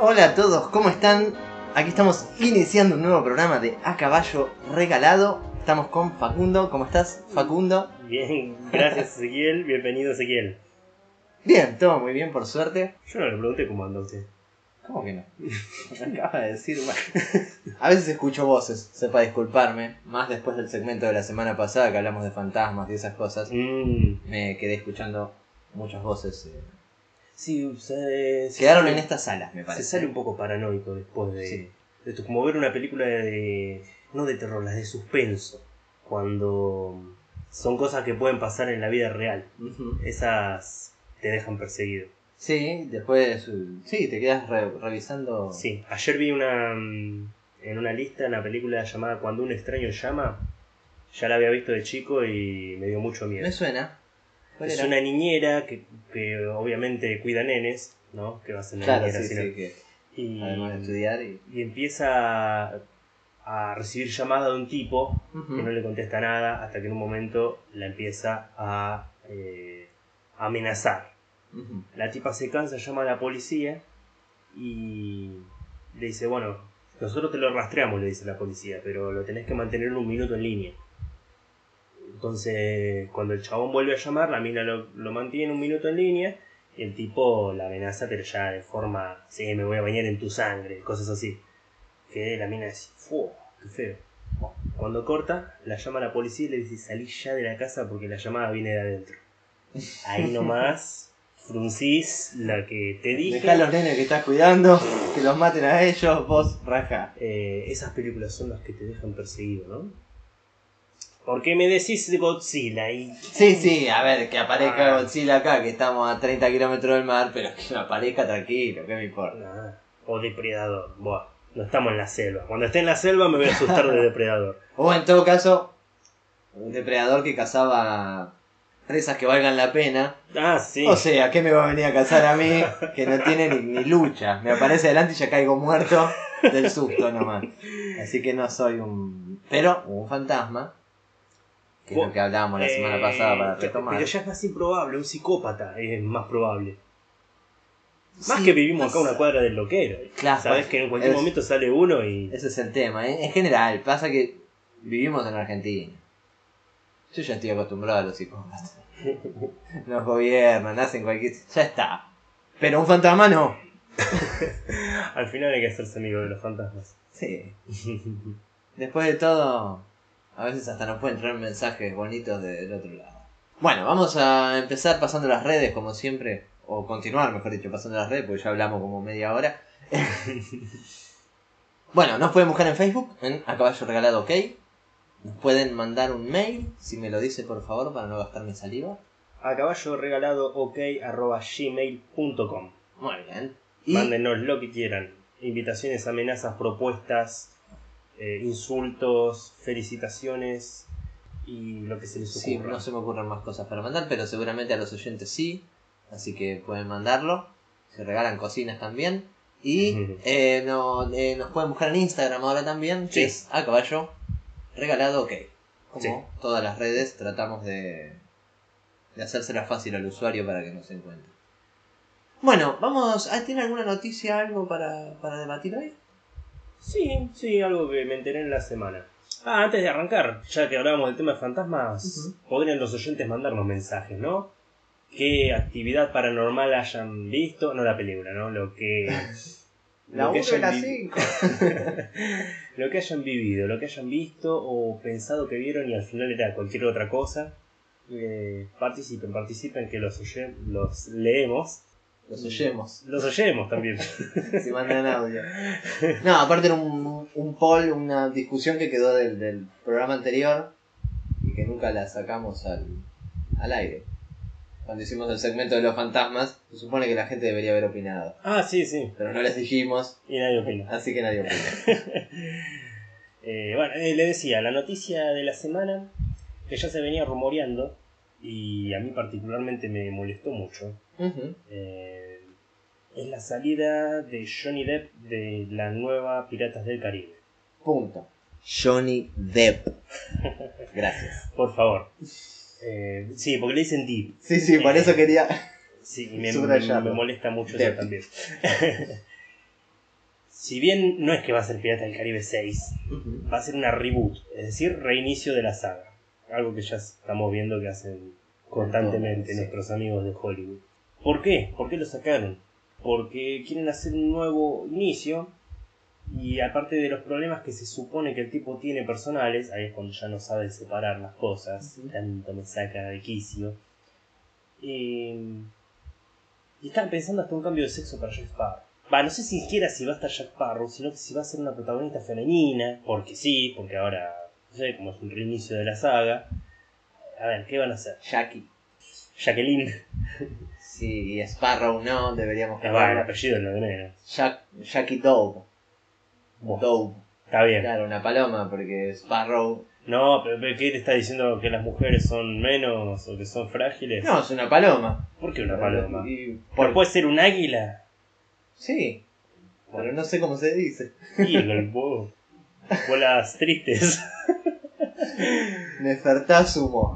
Hola a todos, ¿cómo están? Aquí estamos iniciando un nuevo programa de A Caballo Regalado. Estamos con Facundo. ¿Cómo estás, Facundo? Bien, gracias Ezequiel, bienvenido Ezequiel. Bien, todo muy bien, por suerte. Yo no le pregunté cómo anda usted. ¿Cómo que no? Me acaba de decir, bueno. A veces escucho voces, sepa disculparme. Más después del segmento de la semana pasada que hablamos de fantasmas y esas cosas. Me quedé escuchando muchas voces. Sí, Quedaron en estas salas, me parece. Se sale un poco paranoico después de esto, como ver una película no de terror, las de suspenso, cuando son cosas que pueden pasar en la vida real. Esas te dejan perseguido. Sí, después te quedas revisando. Sí, ayer vi en una lista una película llamada Cuando un extraño llama. Ya la había visto de chico y me dio mucho miedo. Me suena. Es una niñera que obviamente cuida nenes, ¿no? Que va a ser una claro, niñera. Sí, además de estudiar y empieza a recibir llamada de un tipo que no le contesta nada hasta que en un momento la empieza a amenazar. La tipa se cansa, llama a la policía y le dice, bueno, nosotros te lo rastreamos, le dice la policía, pero lo tenés que mantener 1 minuto en línea. Entonces, cuando el chabón vuelve a llamar, la mina lo mantiene 1 minuto en línea y el tipo la amenaza, pero ya de forma, sí, me voy a bañar en tu sangre, cosas así. Que la mina dice, ¡fu! ¡Qué feo! Cuando corta, la llama a la policía y le dice, salí ya de la casa porque la llamada viene de adentro. Ahí nomás, fruncís la que te dije. Dejá a los nenes que estás cuidando, que los maten a ellos, vos raja. Esas películas son las que te dejan perseguido, ¿no? ¿Por qué me decís de Godzilla? Sí, a ver, que aparezca Godzilla acá, que estamos a 30 kilómetros del mar, pero que no aparezca tranquilo, ¿qué me importa? O Depredador, buah, no estamos en la selva. Cuando esté en la selva me voy a asustar de Depredador. O en todo caso, un depredador que cazaba presas que valgan la pena. Ah, sí. O sea, ¿qué me va a venir a cazar a mí? Que no tiene ni lucha. Me aparece adelante y ya caigo muerto del susto nomás. Así que no soy pero un fantasma. Que es lo que hablábamos la semana pasada para retomar. Pero ya es más improbable, un psicópata es más probable. Más que vivimos acá a una cuadra del loquero. Claro, sabes que en cualquier momento sale uno y... Ese es el tema, ¿eh? En general, pasa que vivimos en Argentina. Yo ya estoy acostumbrado a los psicópatas. Nos gobiernan, hacen cualquier... Ya está. Pero un fantasma no. Al final hay que hacerse amigo de los fantasmas. Sí. Después de todo, a veces hasta nos pueden traer mensajes bonitos del otro lado. Bueno, vamos a empezar pasando las redes como siempre. O continuar, mejor dicho, pasando las redes, porque ya hablamos como media hora. Bueno, nos pueden buscar en Facebook, en A Caballo Regalado OK. Nos pueden mandar un mail, si me lo dice por favor, para no gastar mi saliva. A caballo regalado ok@gmail.com. Muy bien. Mándenos lo que quieran. Invitaciones, amenazas, propuestas, insultos, felicitaciones y lo que se les ocurra. Sí, no se me ocurren más cosas para mandar, pero seguramente a los oyentes sí. Así que pueden mandarlo. Se regalan cocinas también. Y nos pueden buscar en Instagram ahora también, que es A Caballo Regalado OK. Como todas las redes, tratamos de hacérsela fácil al usuario para que nos encuentre. Bueno, vamos. ¿Tiene alguna noticia, algo para debatir hoy? Sí, algo que me enteré en la semana. Antes de arrancar, ya que hablábamos del tema de fantasmas, podrían los oyentes mandarnos mensajes, ¿no? ¿Qué actividad paranormal hayan visto? No la película, ¿no? Lo que... La 1 y la 5. Lo que hayan vivido, lo que hayan visto o pensado que vieron y al final era cualquier otra cosa. Participen que los leemos. Los oyemos. Los oyemos también. Si mandan audio. No, aparte era un poll, una discusión que quedó del programa anterior y que nunca la sacamos al aire. Cuando hicimos el segmento de los fantasmas, se supone que la gente debería haber opinado. Sí. Pero no les dijimos. Y nadie opina. Así que nadie opina. Bueno, le decía, la noticia de la semana, que ya se venía rumoreando, y a mí particularmente me molestó mucho, es la salida de Johnny Depp de la nueva Piratas del Caribe. Punto. Johnny Depp. Gracias. Por favor. Sí, porque le dicen Depp. Sí, por eso quería. Sí, me molesta mucho Depp. eso también. si bien no es que va a ser Pirata del Caribe 6, va a ser una reboot, es decir, reinicio de la saga. Algo que ya estamos viendo que hacen constantemente nuestros amigos de Hollywood. ¿Por qué? ¿Por qué lo sacaron? Porque quieren hacer un nuevo inicio y aparte de los problemas que se supone que el tipo tiene personales, ahí es cuando ya no sabe separar las cosas, tanto me saca de quicio. Y estaban pensando hasta un cambio de sexo para Jack Sparrow. No sé siquiera si va a estar Jack Sparrow, sino que si va a ser una protagonista femenina, porque sí, porque ahora, no sé, como es un reinicio de la saga. A ver, ¿qué van a hacer? Jacqueline. Sí, y Sparrow no, deberíamos El cambiarlo. apellido es lo de menos. Jackie Dove. Dove. Está bien. Claro, una paloma, porque Sparrow... No, pero ¿qué te está diciendo? ¿Que las mujeres son menos o que son frágiles? No, es una paloma. ¿Por qué una paloma? ¿Pero puede ser un águila? Sí, pero no sé cómo se dice. Bolas tristes. Nefertasumo.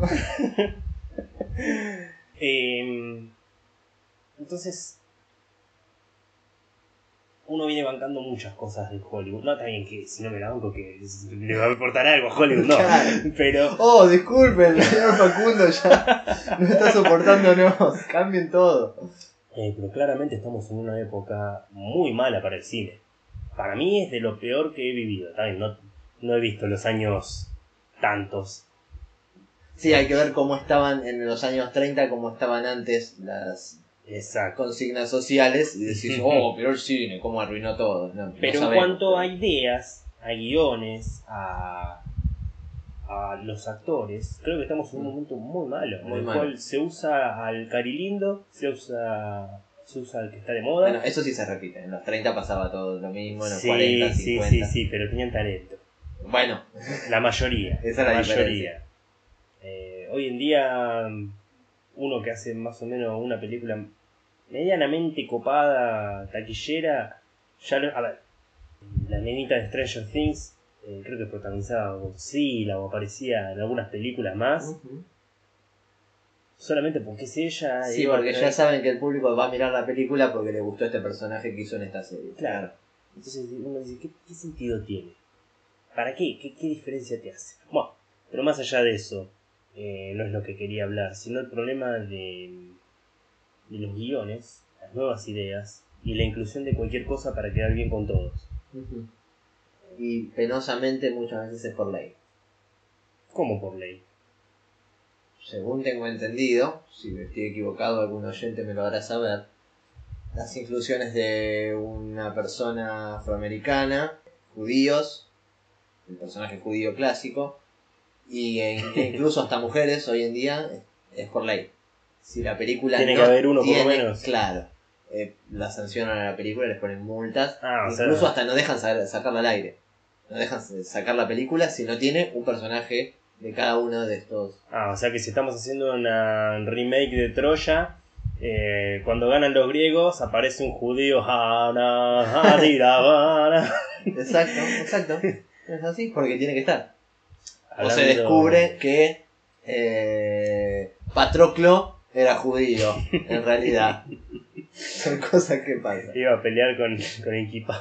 Entonces, uno viene bancando muchas cosas de Hollywood. No, está bien que si no me la banco que le va a importar algo a Hollywood, no. Claro. Pero... Oh, disculpen, el señor Facundo ya no está soportándonos. Cambien todo. Pero claramente estamos en una época muy mala para el cine. Para mí es de lo peor que he vivido. También no he visto los años tantos. Sí, hay que ver cómo estaban en los años 30, cómo estaban antes las consignas sociales y decís, oh, pero el cine, cómo arruinó todo. No, pero no en cuanto a ideas, a guiones, a los actores, creo que estamos en un momento muy malo, en el cual se usa al carilindo, se usa al que está de moda. Bueno, eso sí se repite, en los 30 pasaba todo lo mismo, en los 40, 50. Sí, pero tenían talento. Bueno, la mayoría. Esa es la mayoría. Hoy en día, uno que hace más o menos una película medianamente copada, taquillera, a ver, la nenita de Stranger Things, creo que protagonizaba Godzilla o aparecía en algunas películas más. Solamente porque es ella. Sí, porque ya saben que el público va a mirar la película porque le gustó este personaje que hizo en esta serie. Claro. Entonces uno dice, ¿qué sentido tiene? ¿Para qué? ¿Qué diferencia te hace? Bueno, pero más allá de eso, no es lo que quería hablar, sino el problema de los guiones, las nuevas ideas y la inclusión de cualquier cosa para quedar bien con todos. Y penosamente muchas veces es por ley. ¿Cómo por ley? Según tengo entendido, si me estoy equivocado algún oyente me lo hará saber, las inclusiones de una persona afroamericana, judíos, el personaje judío clásico, e incluso hasta mujeres hoy en día es por ley. Si la película tiene que haber uno por lo menos. Claro, la sancionan a la película, les ponen multas, incluso hasta no dejan sacarla al aire. No dejan sacar la película si no tiene un personaje de cada uno de estos. O sea que si estamos haciendo una remake de Troya, cuando ganan los griegos aparece un judío. Exacto. Es así, porque tiene que estar. O se descubre que Patroclo era judío, en realidad. Son cosas que pasan. Iba a pelear con Inquipa.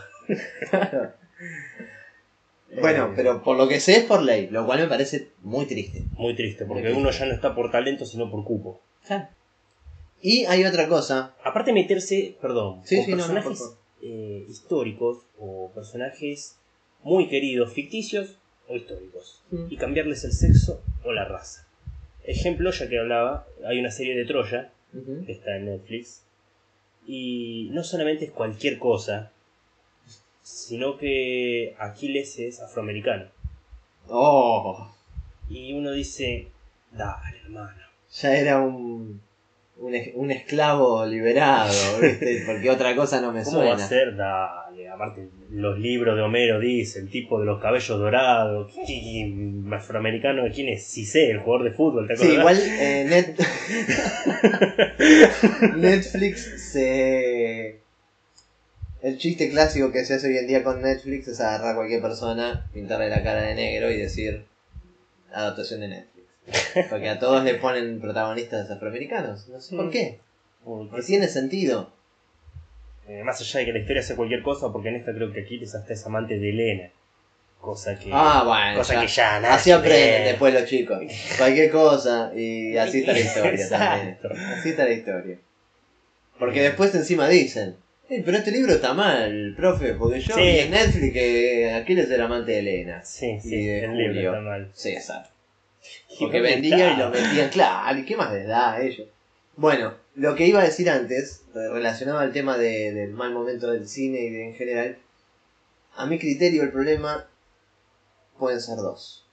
Bueno, pero por lo que sé es por ley, lo cual me parece muy triste. Muy triste, porque uno ya no está por talento, sino por cupo. Y hay otra cosa. Aparte de meterse, con personajes no, históricos o personajes muy queridos, ficticios o históricos, y cambiarles el sexo o la raza. Ejemplo, ya que hablaba, hay una serie de Troya, que está en Netflix, y no solamente es cualquier cosa, sino que Aquiles es afroamericano. Oh. Y uno dice, dale, hermano. Ya era un esclavo liberado, ¿viste? Porque otra cosa no me ¿Cómo suena. ¿Cómo va a ser? Dale. Aparte, los libros de Homero dice, el tipo de los cabellos dorados. Afroamericano, ¿quién es? Cissé, el jugador de fútbol, ¿te acuerdas? Sí, igual Netflix se... El chiste clásico que se hace hoy en día con Netflix es agarrar a cualquier persona, pintarle la cara de negro y decir adaptación de Netflix. Porque a todos le ponen protagonistas afroamericanos. No sé por qué. Porque tiene sentido. Más allá de que la historia sea cualquier cosa, porque en esta creo que Aquiles hasta es amante de Helena. Cosa que ya nadie así aprenden ve. después los chicos. Cualquier cosa y así está la historia también. Exacto. Así está la historia. Porque después encima dicen, pero este libro está mal, profe, porque yo Sí. vi en Netflix que Aquiles era amante de Elena. Sí, Y de el libro Julio está mal. César. ¿Y Porque dónde vendía y está? lo metían, claro, ¿y qué más les da a ellos? Bueno, lo que iba a decir antes, relacionado al tema del mal momento del cine y en general, a mi criterio el problema pueden ser dos.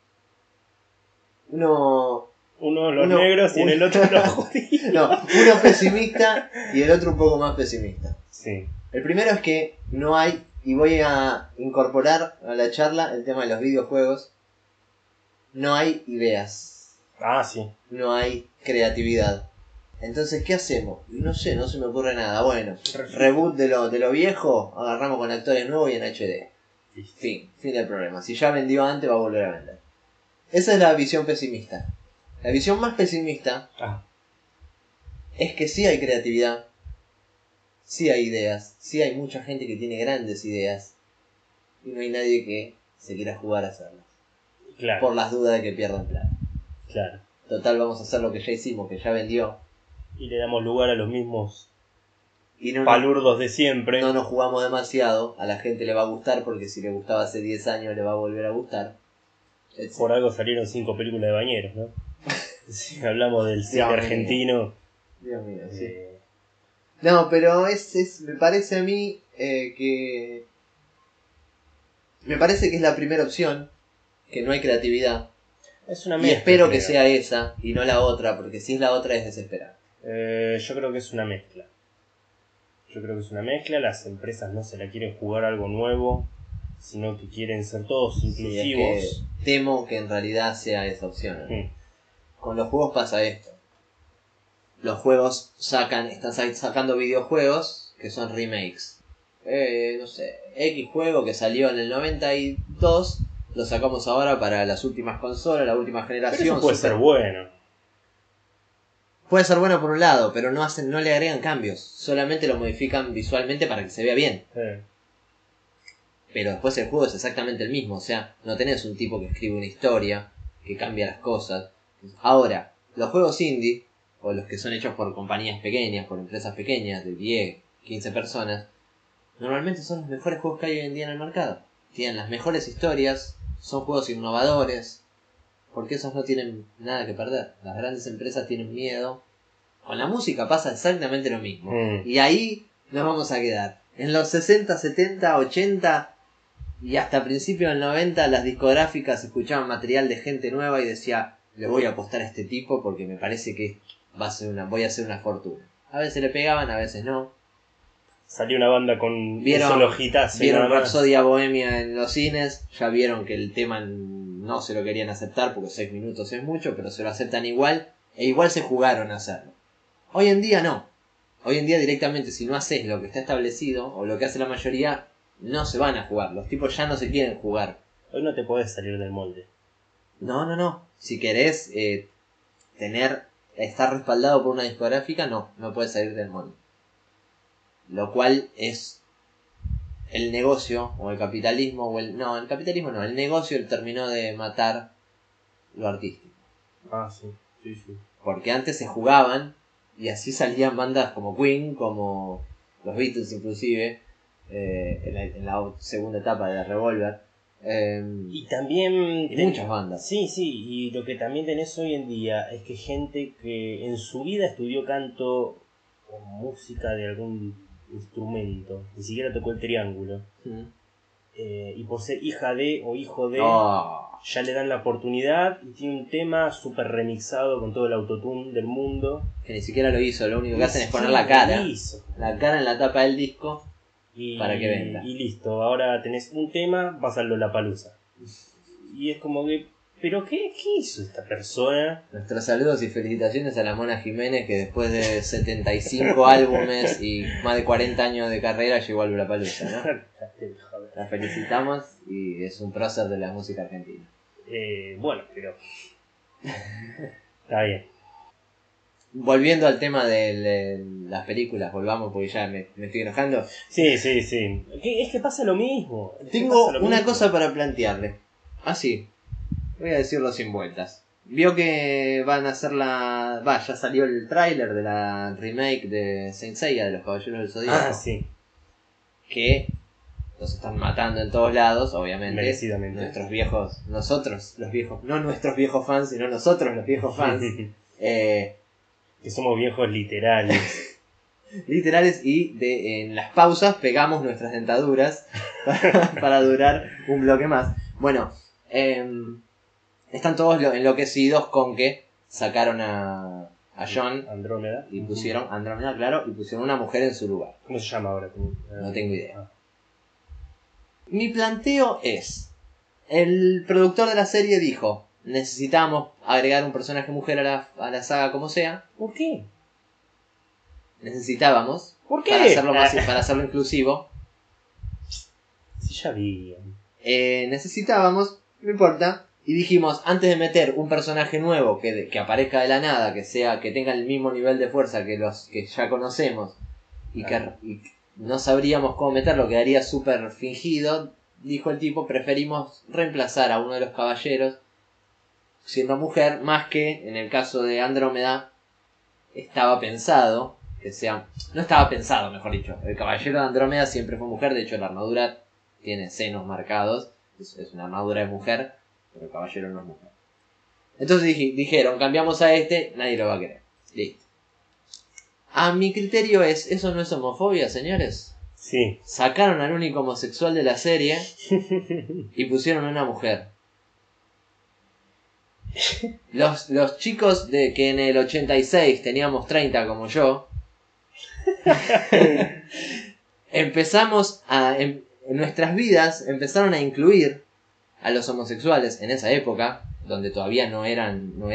Uno Los negros y en el otro los judíos. No, uno pesimista y el otro un poco más pesimista. Sí. El primero es que no hay, y voy a incorporar a la charla el tema de los videojuegos, no hay ideas, Ah, sí. no hay creatividad. Entonces, ¿qué hacemos? No sé, no se me ocurre nada. Bueno, reboot de lo viejo, agarramos con actores nuevos y en HD. Fin del problema. Si ya vendió antes, va a volver a vender. Esa es la visión pesimista. La visión más pesimista es que sí hay creatividad, sí hay ideas, sí hay mucha gente que tiene grandes ideas y no hay nadie que se quiera jugar a hacerlas. Claro. Por las dudas de que pierdan plata. Claro. Total, vamos a hacer lo que ya hicimos, que ya vendió. Y le damos lugar a los mismos Y no, palurdos de siempre. No nos jugamos demasiado, a la gente le va a gustar porque si le gustaba hace 10 años le va a volver a gustar. Etc. Por algo salieron 5 películas de bañeros, ¿no? Si hablamos del cine Dios argentino. Dios mío, sí. No, pero me parece a mí que... Me parece que es la primera opción, que no hay creatividad. Es una Y mezcla, espero creo. que sea esa y no la otra, porque si es la otra es desesperante. Yo creo que es una mezcla. Las empresas no se la quieren jugar algo nuevo, sino que quieren ser todos inclusivos. Sí, es que temo que en realidad sea esa opción, ¿no? Con los juegos pasa esto. Los juegos están sacando videojuegos que son remakes. No sé, X juego que salió en el 92, lo sacamos ahora para las últimas consolas, la última generación. Pero eso puede ser bueno. Puede ser bueno por un lado, pero no le agregan cambios. Solamente lo modifican visualmente para que se vea bien. Pero después el juego es exactamente el mismo. O sea, no tenés un tipo que escribe una historia, que cambia las cosas. Ahora, los juegos indie, o los que son hechos por compañías pequeñas, por empresas pequeñas de 10, 15 personas, normalmente son los mejores juegos que hay hoy en día en el mercado. Tienen las mejores historias, son juegos innovadores, porque esos no tienen nada que perder. Las grandes empresas tienen miedo. Con la música pasa exactamente lo mismo. Y ahí nos vamos a quedar. En los 60, 70, 80 y hasta principios del 90 las discográficas escuchaban material de gente nueva y decía, le voy a apostar a este tipo porque me parece que voy a hacer una fortuna. A veces le pegaban, a veces no. Salió una banda con Vieron Vieron Rapsodia Bohemia en los cines, ya vieron que el tema no se lo querían aceptar porque 6 minutos es mucho, pero se lo aceptan igual, e igual se jugaron a hacerlo. Hoy en día no. Hoy en día directamente si no haces lo que está establecido, o lo que hace la mayoría, no se van a jugar. Los tipos ya no se quieren jugar. Hoy no te podés salir del molde. No. Si querés estar respaldado por una discográfica, no puedes salir del molde. Lo cual es el negocio, o el capitalismo, el negocio terminó de matar lo artístico. Sí. Porque antes se jugaban y así salían bandas como Queen, como los Beatles inclusive, en la segunda etapa de la Revolver. Y también... muchas bandas. Sí, y lo que también tenés hoy en día es que gente que en su vida estudió canto o música de algún instrumento, ni siquiera tocó el triángulo, y por ser hija de o hijo de, ya le dan la oportunidad y tiene un tema súper remixado con todo el autotune del mundo. Que ni siquiera lo hizo, lo único que hacen es poner la cara en la tapa del disco para que venda. Y listo, ahora tenés un tema, vas a Lollapalooza. Y es como que, ¿pero qué hizo esta persona? Nuestros saludos y felicitaciones a la Mona Jiménez, que después de 75 álbumes y más de 40 años de carrera llegó a Lollapalooza, ¿no? La felicitamos y es un prócer de la música argentina. Bueno, pero... Está bien. volviendo al tema de las películas, volvamos porque ya me estoy enojando. Sí. Es que pasa lo mismo. Tengo una cosa para plantearle. Así, voy a decirlo sin vueltas. Vio que van a hacer ya salió el tráiler de la remake de Saint Seiya de los Caballeros del Zodíaco. Ah, sí. Que los están matando en todos lados, obviamente. Merecidamente. Nosotros los viejos, no nuestros viejos fans, sino nosotros los viejos fans. Que somos viejos literales. Literales y en las pausas pegamos nuestras dentaduras para durar un bloque más. Bueno, están todos enloquecidos con que sacaron a John Andrómeda. Y pusieron Andrómeda, claro, y pusieron una mujer en su lugar. ¿Cómo se llama ahora? No tengo idea. Mi planteo es, el productor de la serie dijo, necesitamos agregar un personaje mujer a la saga como sea. ¿Por qué? Necesitábamos. ¿Por qué? Para hacerlo inclusivo. Sí, ya vi. Necesitábamos, no importa. Y dijimos, antes de meter un personaje nuevo que aparezca de la nada, que tenga el mismo nivel de fuerza que los que ya conocemos, y no sabríamos cómo meterlo, quedaría súper fingido, dijo el tipo, preferimos reemplazar a uno de los caballeros siendo mujer, más que en el caso de Andrómeda estaba pensado que sea... No estaba pensado, mejor dicho. El caballero de Andrómeda siempre fue mujer, de hecho la armadura tiene senos marcados, es una armadura de mujer, pero el caballero no es mujer. Entonces dijeron, cambiamos a este, nadie lo va a querer. Listo. A mi criterio ¿eso no es homofobia, señores? Sí. Sacaron al único homosexual de la serie y pusieron a una mujer. Los chicos que en el 86 teníamos 30 como yo, empezamos en nuestras vidas empezaron a incluir a los homosexuales en esa época, donde todavía no era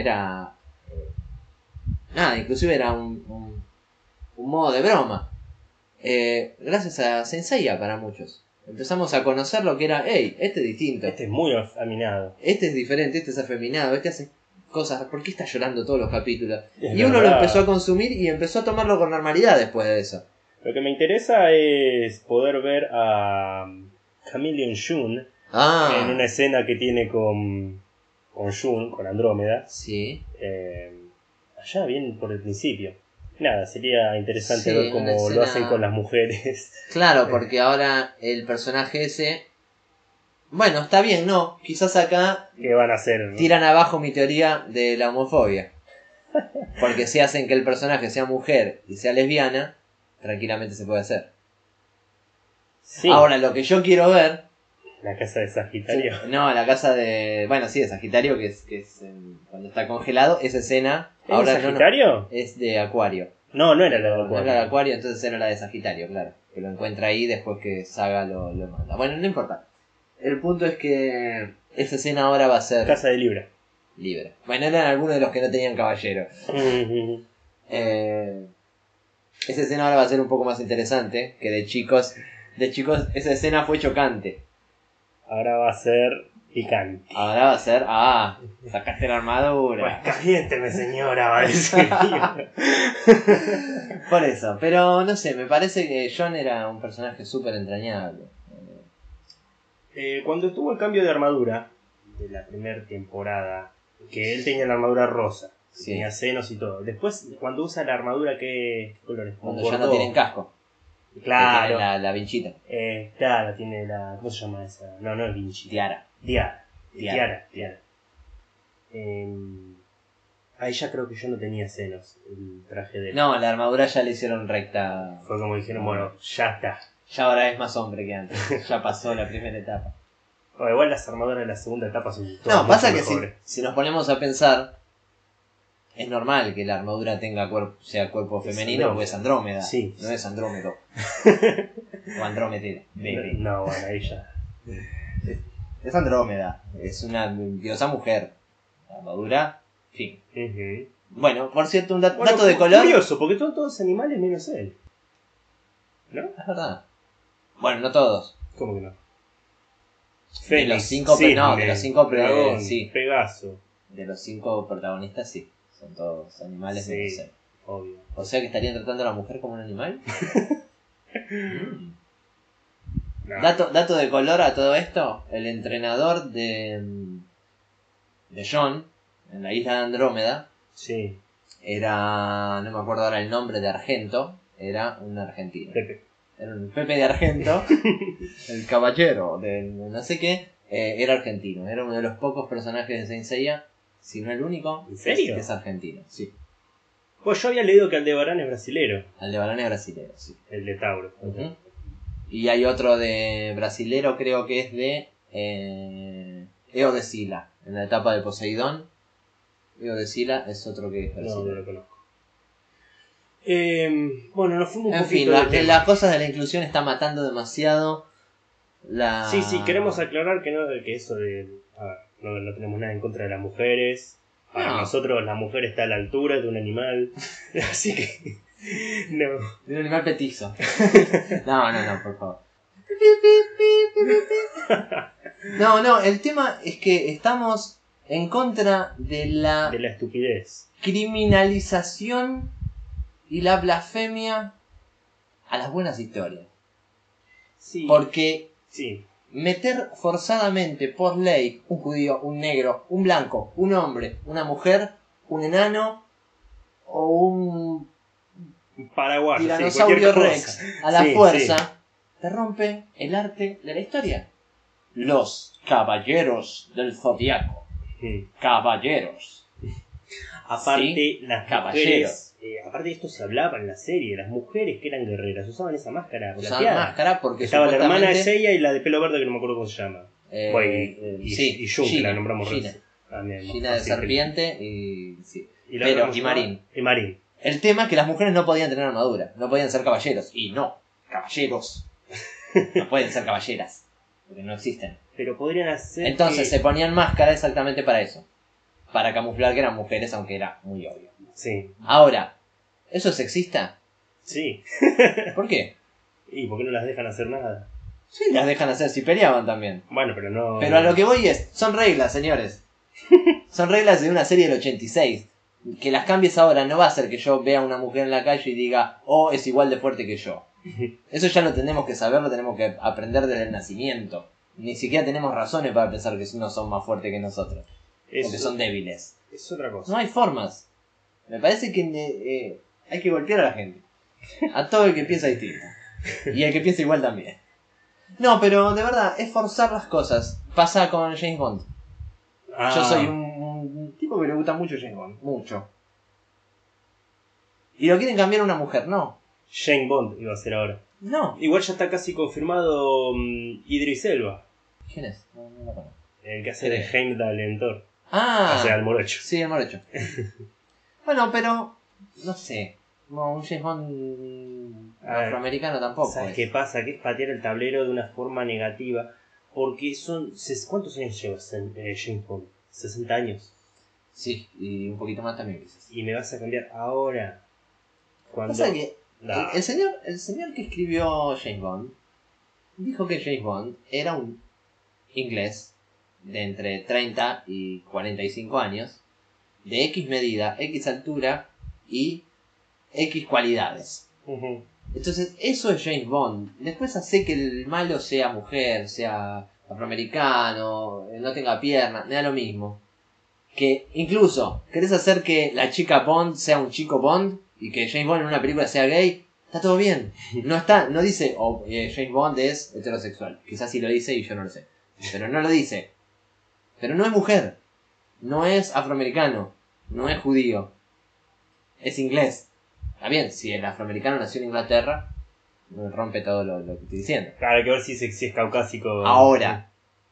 nada, inclusive era un modo de broma. Gracias a Saint Seiya para muchos. Empezamos a conocer lo que era, hey, este es distinto. Este es muy afeminado. Este es diferente, este es afeminado, este hace cosas. ¿Por qué está llorando todos los capítulos? Es y uno verdad. lo empezó a consumir y empezó a tomarlo con normalidad después de eso. Lo que me interesa es poder ver a Chameleon Jun en una escena que tiene con Jun, con Andrómeda. Sí. Allá bien por el principio. Nada, sería interesante Sí, ver cómo una escena... lo hacen con las mujeres. Claro, porque ahora el personaje ese... Bueno, está bien, ¿no? Quizás acá ¿Qué van a hacer? tiran abajo mi teoría de la homofobia. Porque si hacen que el personaje sea mujer y sea lesbiana, tranquilamente se puede hacer. Sí. Ahora, lo que yo quiero ver... La casa de Sagitario. No, la casa de... Bueno, sí, de Sagitario, que es cuando está congelado. Esa escena... ¿Es ahora de Sagitario? No, es de Acuario. No era la de No Acuario. era de Acuario, entonces era la de Sagitario, claro. Que lo encuentra ahí después que Saga lo manda. Bueno, no importa. El punto es que esa escena ahora va a ser... Casa de Libra. libre. Bueno, eran algunos de los que no tenían caballero. Esa escena ahora va a ser un poco más interesante. Que de chicos, esa escena fue chocante. Ahora va a ser picante. Ahora va a ser, sacaste la armadura. Pues caliénteme, señora, va a decir. Por eso, pero no sé, me parece que John era un personaje súper entrañable. Cuando estuvo el cambio de armadura de la primera temporada, que él tenía la armadura rosa, Sí. tenía senos y todo. Después, cuando usa la armadura, ¿qué colores? Cuando ya no tienen casco. Claro. Que tienen la vinchita. Claro, tiene la... ¿Cómo se llama esa? No es Vinci. Tiara. Tiara. Ahí ya creo que yo no tenía senos, el traje de... No, la armadura ya le hicieron recta. Fue como dijeron, bueno, ya está. Ya ahora es más hombre que antes. Ya pasó la primera etapa. O igual las armaduras de la segunda etapa son todas No, pasa mucho que mejores. si nos ponemos a pensar, es normal que la armadura tenga sea cuerpo Es femenino porque es Andrómeda. Sí. No es Andrómedo. O Andrómeda. No, bueno, ahí ya. Es Andrómeda. Es una diosa mujer. La armadura, fin. Uh-huh. Bueno, por cierto, un Bueno, dato de color. Curioso, porque son todos animales menos él. ¿No? Es verdad. Bueno, no todos. ¿Cómo que no? De los cinco, no, de los cinco, dragón, sí. Pegaso. De los 5 protagonistas, sí. Son todos animales Sí. menos él. Obvio. O sea que estarían tratando a la mujer como un animal. Mm. No. Dato de color a todo esto. El entrenador de John en la isla de Andrómeda Sí. era, no me acuerdo ahora el nombre de Argento, era un argentino. Pepe. Era un Pepe de Argento, el caballero de no sé qué, era argentino. Era uno de los pocos personajes de Saint Seiya, si no el único, ¿En serio? que es argentino. Sí. Pues yo había leído que Aldebarán es brasilero. Aldebarán es brasilero, sí. El de Tauro. Ujú. Y hay otro de brasilero, creo que es de Eo de Sila, en la etapa de Poseidón. Eo de Sila es otro que es No, brasilero. no lo conozco. Bueno, nos fuimos un En fin, poquito de tema. las cosas de la inclusión está matando demasiado la... Sí, queremos aclarar que no, que eso de... A ver, no tenemos nada en contra de las mujeres. Para No. nosotros la mujer está a la altura de un animal. Así que... No. De un animal petizo. No, por favor. No, el tema es que estamos en contra de la De la estupidez. criminalización y la blasfemia a las buenas historias. Sí. Porque Sí. meter forzadamente por ley un judío, un negro, un blanco, un hombre, una mujer, un enano o un Paraguayo. tiranosaurio sí, rex a la Sí, fuerza, sí. te rompe el arte de la historia. Los caballeros del zodiaco. Caballeros. Aparte, Sí, las caballero. mujeres. Aparte de esto se hablaba en la serie. Las mujeres que eran guerreras usaban esa máscara Usaban plateada. máscara porque Estaba la hermana de supuestamente... Seiya y la de pelo verde que no me acuerdo cómo se llama. sí, y Jun, que Gina, la nombramos Gina. recién. También, más Gina de fácil que- serpiente y... Sí. Y, la otra, ¿cómo se Y llama? Marín. Y Marín. El tema es que las mujeres no podían tener armadura, no podían ser caballeros. Y no, caballeros. No pueden ser caballeras, porque no existen. Pero podrían hacer. Entonces se ponían máscara exactamente para eso. Para camuflar que eran mujeres, aunque era muy obvio. Sí. Ahora, ¿eso es sexista? Sí. ¿Por qué? ¿Y por qué no las dejan hacer nada? Sí, las dejan hacer si peleaban también. Bueno, pero no. Pero a lo que voy es, son reglas, señores. Son reglas de una serie del 86. Que las cambies ahora no va a hacer que yo vea a una mujer en la calle y diga, oh, es igual de fuerte que yo. Eso ya lo tenemos que saber, lo tenemos que aprender desde el nacimiento. Ni siquiera tenemos razones para pensar que no son más fuertes que nosotros. Porque son débiles. Es otra cosa. No hay formas. Me parece que hay que golpear a la gente. A todo el que piensa distinto. Y el que piensa igual también. No, pero de verdad, es forzar las cosas. Pasa con James Bond. Ah, Yo soy un tipo que le gusta mucho James Bond. Mucho. Y lo quieren cambiar a una mujer. No. Jane Bond iba a ser ahora. No. Igual ya está casi confirmado Idris Elba. ¿Quién es? No lo conozco. El que hace de Heimdall en Thor. Ah. O sea, el morocho. Sí, el morocho. Bueno, pero... No sé. No, un James Bond A ver, afroamericano tampoco. ¿Sabes es. qué pasa? Que es patear el tablero de una forma negativa. Porque son... ¿Cuántos años llevas en James Bond? 60 años. Sí, y un poquito más también quizás. Y me vas a cambiar ahora. Cuando... Pasa que Nah. el señor que escribió James Bond dijo que James Bond era un inglés de entre 30 y 45 años, de X medida, X altura y X cualidades. Ujú. Entonces, eso es James Bond. Después hace que el malo sea mujer, sea afroamericano, no tenga piernas, me da lo mismo. Que incluso, ¿querés hacer que la chica Bond sea un chico Bond? Y que James Bond en una película sea gay, está todo bien. No dice, James Bond es heterosexual. Quizás sí lo dice y yo no lo sé. Pero no lo dice. Pero no es mujer. No es afroamericano. No es judío. Es inglés. Está bien, si el afroamericano nació en Inglaterra, rompe todo lo que estoy diciendo. Claro, hay que ver si es caucásico. Ahora,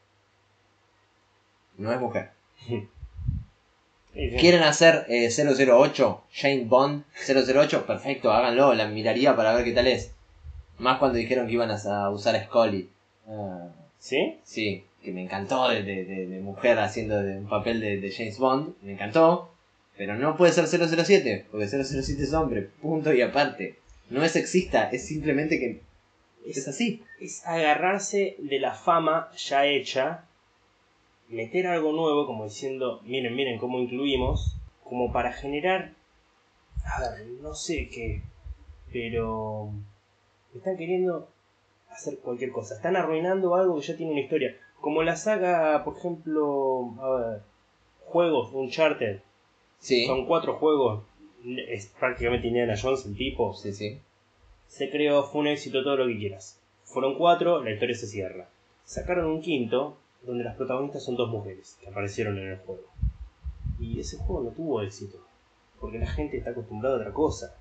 no es mujer. Sí, sí. ¿Quieren hacer 008? Jane Bond 008, perfecto, háganlo, la miraría para ver qué tal es. Más cuando dijeron que iban a usar a Scully. ¿Sí? Sí, que me encantó de mujer haciendo un papel de James Bond, me encantó. Pero no puede ser 007, porque 007 es hombre, punto y aparte. No es sexista, es simplemente que es así. Es agarrarse de la fama ya hecha, meter algo nuevo, como diciendo, miren cómo incluimos, como para generar A ver, no sé qué, pero están queriendo hacer cualquier cosa. Están arruinando algo que ya tiene una historia. Como la saga, por ejemplo, a ver, juegos, Uncharted. Sí. Son 4 juegos. Es prácticamente Indiana Jones el tipo. Sí, sí. Se creó, fue un éxito, todo lo que quieras. Fueron 4, la historia se cierra. Sacaron un quinto, donde las protagonistas son 2 mujeres que aparecieron en el juego. Y ese juego no tuvo éxito. Porque la gente está acostumbrada a otra cosa.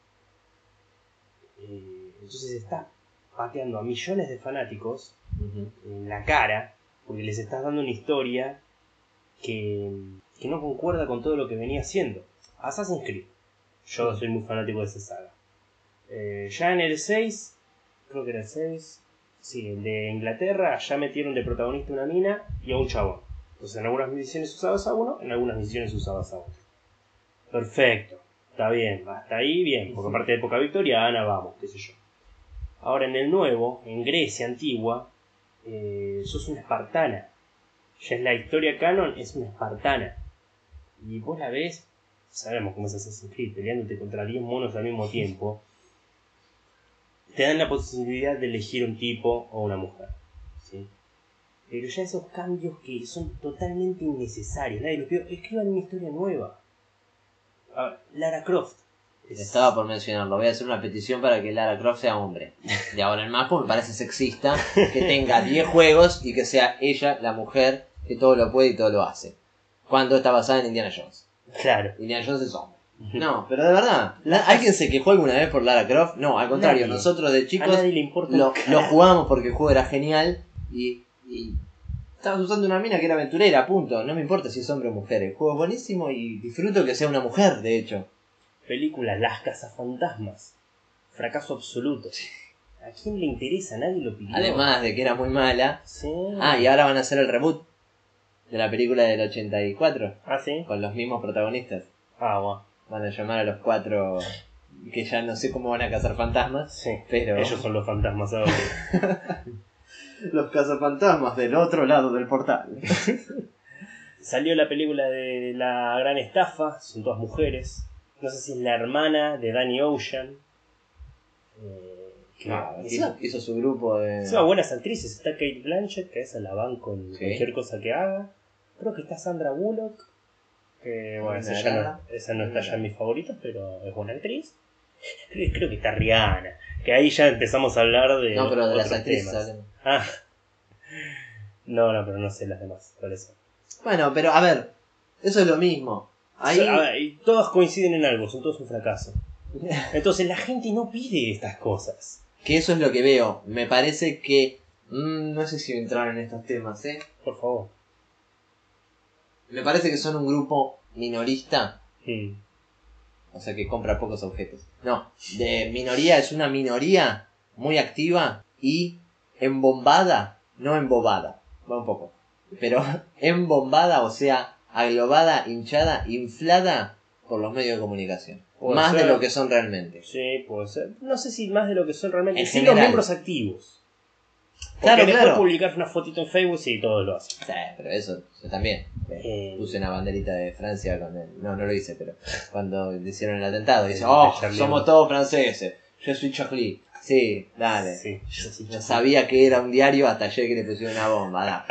Entonces está pateando a millones de fanáticos en la cara, porque les estás dando una historia que no concuerda con todo lo que venía haciendo. Assassin's Creed. Yo soy muy fanático de esa saga. Ya en el 6, creo que era el 6, sí, el de Inglaterra, ya metieron de protagonista una mina y a un chabón. Entonces en algunas misiones usabas a uno, en algunas misiones usabas a otro. Perfecto, está bien, hasta ahí bien, porque aparte de época victoriana, vamos, qué sé yo. Ahora en el nuevo, en Grecia antigua, sos una espartana. Ya es la historia canon, es una espartana. Y vos la ves, sabemos cómo es Assassin's Creed, peleándote contra 10 monos al mismo tiempo. Te dan la posibilidad de elegir un tipo o una mujer, ¿sí? Pero ya esos cambios que son totalmente innecesarios, nadie los pidió, escriban una historia nueva. A ver, Lara Croft. Estaba por mencionarlo, voy a hacer una petición para que Lara Croft sea hombre. De ahora en más, porque me parece sexista que tenga 10 juegos y que sea ella la mujer que todo lo puede y todo lo hace. Cuando está basada en Indiana Jones. Claro. Indiana Jones es hombre. No, pero de verdad, ¿alguien se quejó alguna vez por Lara Croft? No, al contrario, Nadie. nosotros de A chicos nadie le importa lo jugamos porque el juego era genial y estabas usando una mina que era aventurera, punto. No me importa si es hombre o mujer, el juego es buenísimo y disfruto que sea una mujer, de hecho. Película Las Cazafantasmas. Fracaso absoluto. ¿A quién le interesa? Nadie lo pidió. Además de que era muy mala. Sí. Ah, y ahora van a hacer el reboot de la película del 84. Ah, sí. Con los mismos protagonistas. Ah, bueno. Van a llamar a los 4 que ya no sé cómo van a cazar fantasmas. Sí. Pero Ellos son los fantasmas ahora. los cazafantasmas del otro lado del portal. Salió la película de La Gran Estafa. Son todas mujeres. No sé si es la hermana de Danny Ocean. Hizo su grupo de... Son buenas actrices. Está Kate Blanchett, que esa la van con Sí. cualquier cosa que haga. Creo que está Sandra Bullock. Que bueno, esa no está ya en mis favoritos, pero es buena actriz. Creo que está Rihanna. Que ahí ya empezamos a hablar de. No, pero de las otros actrices temas. hablemos. Ah. No, pero no sé las demás. ¿Cuáles son? Bueno, pero a ver, eso es lo mismo. Ahí... Y todas coinciden en algo, son todos un fracaso. Entonces la gente no pide estas cosas. Que eso es lo que veo. Me parece que... no sé si entrar en estos temas, ¿eh? Por favor. Me parece que son un grupo minorista. O sea, que compra pocos objetos. No, de minoría, es una minoría muy activa y embombada, no embobada. Va un poco. Pero embombada, o sea, aglobada, hinchada, inflada por los medios de comunicación. Más de lo que son realmente. Sí, puede ser. No sé si más de lo que son realmente. En Sí, general. los miembros activos. Porque Claro, después claro. publicar una fotito en Facebook y todos lo hacen. Sí, pero eso yo también. Puse una banderita de Francia con el... No lo hice, pero cuando hicieron el atentado. Dice, somos todos franceses. Yo soy Charlie. Sí, dale. Sí, yo sí, No sabía que era un diario hasta ayer que le pusieron una bomba.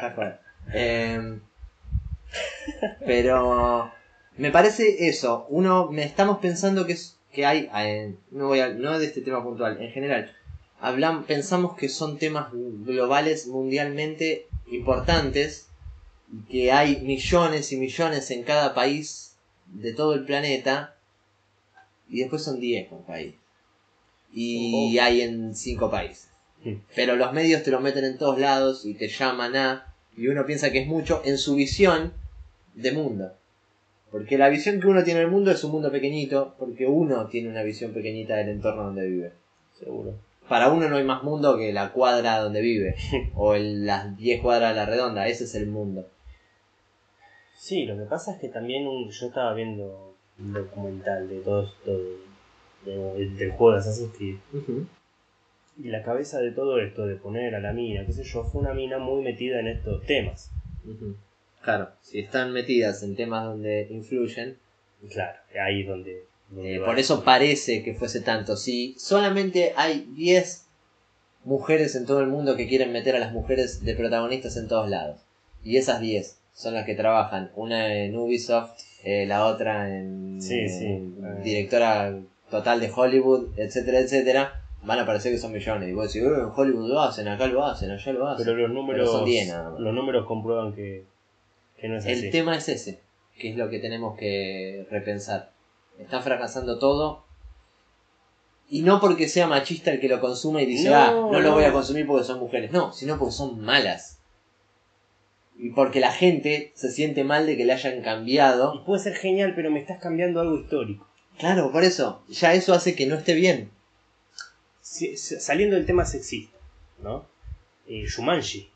Pero me parece eso. Estamos pensando que hay... no de este tema puntual, en general. Pensamos que son temas globales mundialmente importantes y que hay millones y millones en cada país de todo el planeta y después son 10 por país y hay en 5 países, pero los medios te lo meten en todos lados y te llaman y uno piensa que es mucho en su visión de mundo, porque la visión que uno tiene del mundo es un mundo pequeñito, porque uno tiene una visión pequeñita del entorno donde vive. Seguro. Para uno no hay más mundo que la cuadra donde vive. O las 10 cuadras de la redonda. Ese es el mundo. Sí, lo que pasa es que también yo estaba viendo un documental de todo esto del juego de Assassin's Creed. Y la cabeza de todo esto, de poner a la mina, qué sé yo, fue una mina muy metida en estos temas. Claro, si están metidas en temas donde influyen. Claro, ahí es donde Por eso parece que fuese tanto. Si solamente hay 10 mujeres en todo el mundo que quieren meter a las mujeres de protagonistas en todos lados, y esas 10 son las que trabajan, una en Ubisoft, la otra en directora total de Hollywood, etcétera, etcétera, van a parecer que son millones. Y vos decís, en Hollywood lo hacen, acá lo hacen, allá lo hacen. Pero los números, pero son 10 nada más. Los números comprueban que no es así. El tema es ese, que es lo que tenemos que repensar. Está fracasando todo. Y no porque sea machista el que lo consume y dice, no lo voy a consumir porque son mujeres. No, sino porque son malas. Y porque la gente se siente mal de que le hayan cambiado. Y puede ser genial, pero me estás cambiando algo histórico. Claro, por eso. Ya eso hace que no esté bien. Saliendo del tema sexista, ¿no? Jumanji.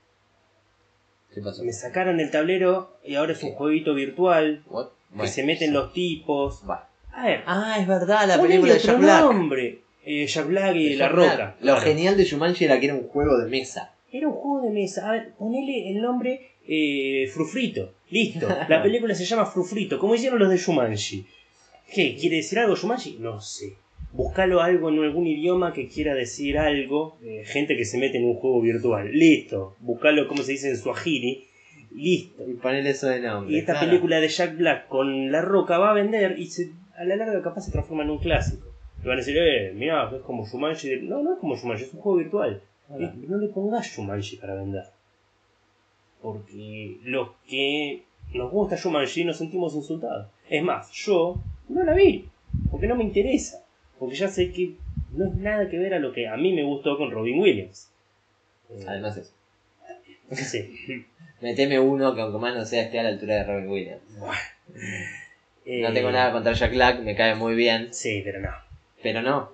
¿Qué pasó? Me sacaron el tablero y ahora es un jueguito virtual. What? Que Bueno, se meten los tipos. Va. A ver. Es verdad, la película de Jack Black. Nombre. Jack Black y La Roca. Lo genial de Jumanji era que era un juego de mesa. Era un juego de mesa. A ver, ponele el nombre Frufrito. Listo. La película se llama Frufrito. Como hicieron los de Jumanji. ¿Qué? ¿Quiere decir algo Jumanji? No sé. Buscalo algo en algún idioma que quiera decir algo. Gente que se mete en un juego virtual. Listo. Buscalo como se dice en Swahili. Listo. Y ponele eso de nombre. Y esta película de Jack Black con La Roca va a vender y a la larga capaz se transforma en un clásico. Y van a decir, mirá, es como Jumanji. No, no es como Jumanji, es un juego virtual. No le pongas Jumanji para vender. Porque los que nos gusta Jumanji nos sentimos insultados. Es más, yo no la vi. Porque no me interesa. Porque ya sé que no es nada que ver a lo que a mí me gustó con Robin Williams. Además eso. Sí. Meteme uno que aunque más no sea esté a la altura de Robin Williams. No tengo nada contra Jack Black, me cae muy bien. Sí, pero no. Pero no.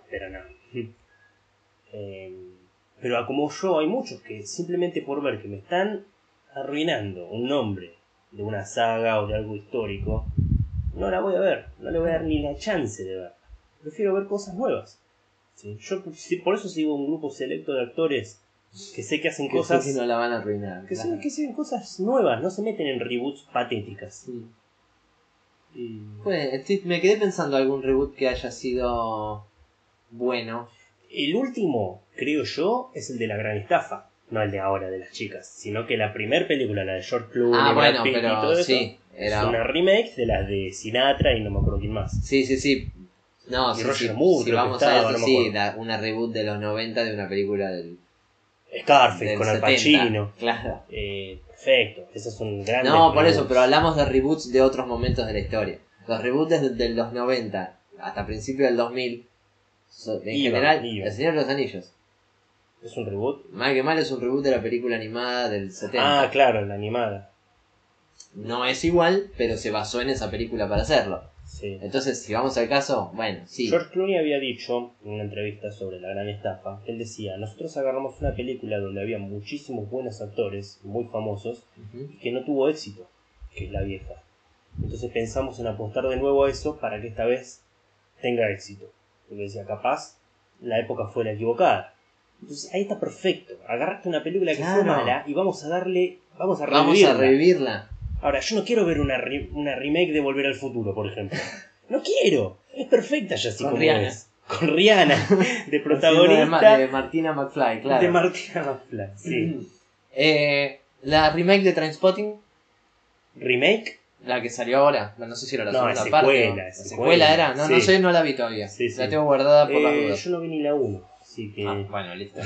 Pero como yo, hay muchos que simplemente por ver que me están arruinando un nombre de una saga o de algo histórico, no la voy a ver. No le voy a dar ni la chance de ver. Prefiero ver cosas nuevas. ¿Sí? Yo por eso sigo un grupo selecto de actores que sé que hacen cosas que no la van a arruinar. Que claro. Que hacen cosas nuevas, no se meten en reboots patéticas. Me quedé pensando algún reboot que haya sido bueno. El último, creo yo, es el de La Gran Estafa. No el de ahora de las chicas, sino que la primera película, la de George Clooney, bueno, Brad Pitt pero y todo eso, sí, era es una remake de las de Sinatra y no me acuerdo quién más. Sí. No, y sí, Roger sí. Moore, Si vamos a eso, no sí, una reboot de los 90 de una película del Scarface con Al Pacino. Claro. Perfecto, esos son grandes. No, por eso, pero hablamos de reboots de otros momentos de la historia. Los reboots desde los 90 hasta principios del 2000, en general, El Señor de los Anillos. ¿Es un reboot? Mal que mal es un reboot de la película animada del 70. Ah, claro, la animada. No es igual, pero se basó en esa película para hacerlo. Sí. Entonces, si vamos al caso, bueno, sí. George Clooney había dicho en una entrevista sobre La Gran Estafa, él decía, nosotros agarramos una película donde había muchísimos buenos actores, muy famosos, y que no tuvo éxito, que es La Vieja. Entonces pensamos en apostar de nuevo a eso para que esta vez tenga éxito. Porque decía, capaz la época fue la equivocada. Entonces ahí está perfecto. Agarraste una película que fue mala y vamos a revivirla. Ahora, yo no quiero ver una remake de Volver al Futuro, por ejemplo. No quiero. Es perfecta ya así como Rihanna. es. Con Rihanna, de protagonista. De Martina McFly, claro. De Martina McFly, sí. La remake de Trainspotting. ¿Remake? La que salió ahora. No sé si era la segunda secuela, parte. ¿La secuela era? No, no sé, no la vi todavía. Sí. La tengo guardada por las dudas. Yo no vi ni la 1. Así que... bueno, listo.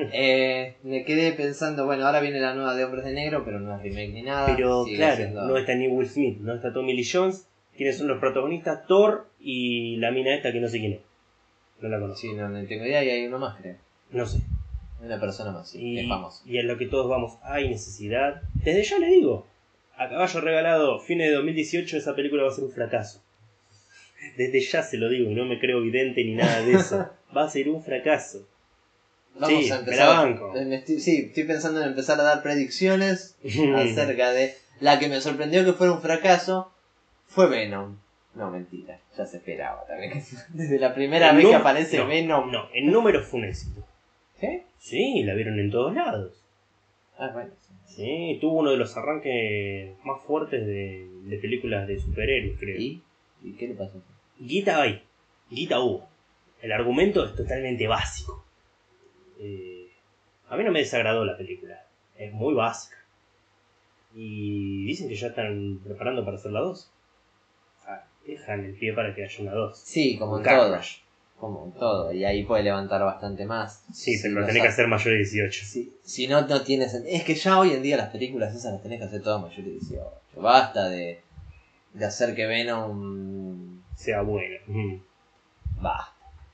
Me quedé pensando, bueno, ahora viene la nueva de Hombres de Negro, pero no es remake ni nada. Pero claro, no está ni Will Smith, no está Tommy Lee Jones. ¿Quiénes son los protagonistas? Thor y la mina esta que no sé quién es. No la conozco. Sí, no tengo idea y hay uno más, creo. No sé. Una persona más, sí, es famoso. Y en lo que todos vamos, hay necesidad. Desde ya le digo, a caballo regalado, fines de 2018, esa película va a ser un fracaso. Desde ya se lo digo y no me creo vidente ni nada de eso. Va a ser un fracaso. Vamos a empezar. Me la banco. Estoy pensando en empezar a dar predicciones acerca de... La que me sorprendió que fuera un fracaso fue Venom. No, mentira, ya se esperaba también. Desde la primera vez que aparece Venom. No, en números fue un éxito. ¿Sí? Sí, la vieron en todos lados. Bueno. Sí, tuvo uno de los arranques más fuertes de películas de superhéroes, creo. ¿Y qué le pasó? Guita hay, guita hubo. El argumento es totalmente básico. A mí no me desagradó la película. Es muy básica. Y dicen que ya están preparando para hacer la 2. Dejan el pie para que haya una 2. Sí, como en todo. Como en todo. Y ahí puede levantar bastante más. Sí, pero lo tenés que hacer mayor de 18. Si no, no tienes... Es que ya hoy en día las películas esas las tenés que hacer todas mayor de 18. Basta de hacer que Venom sea bueno. Basta.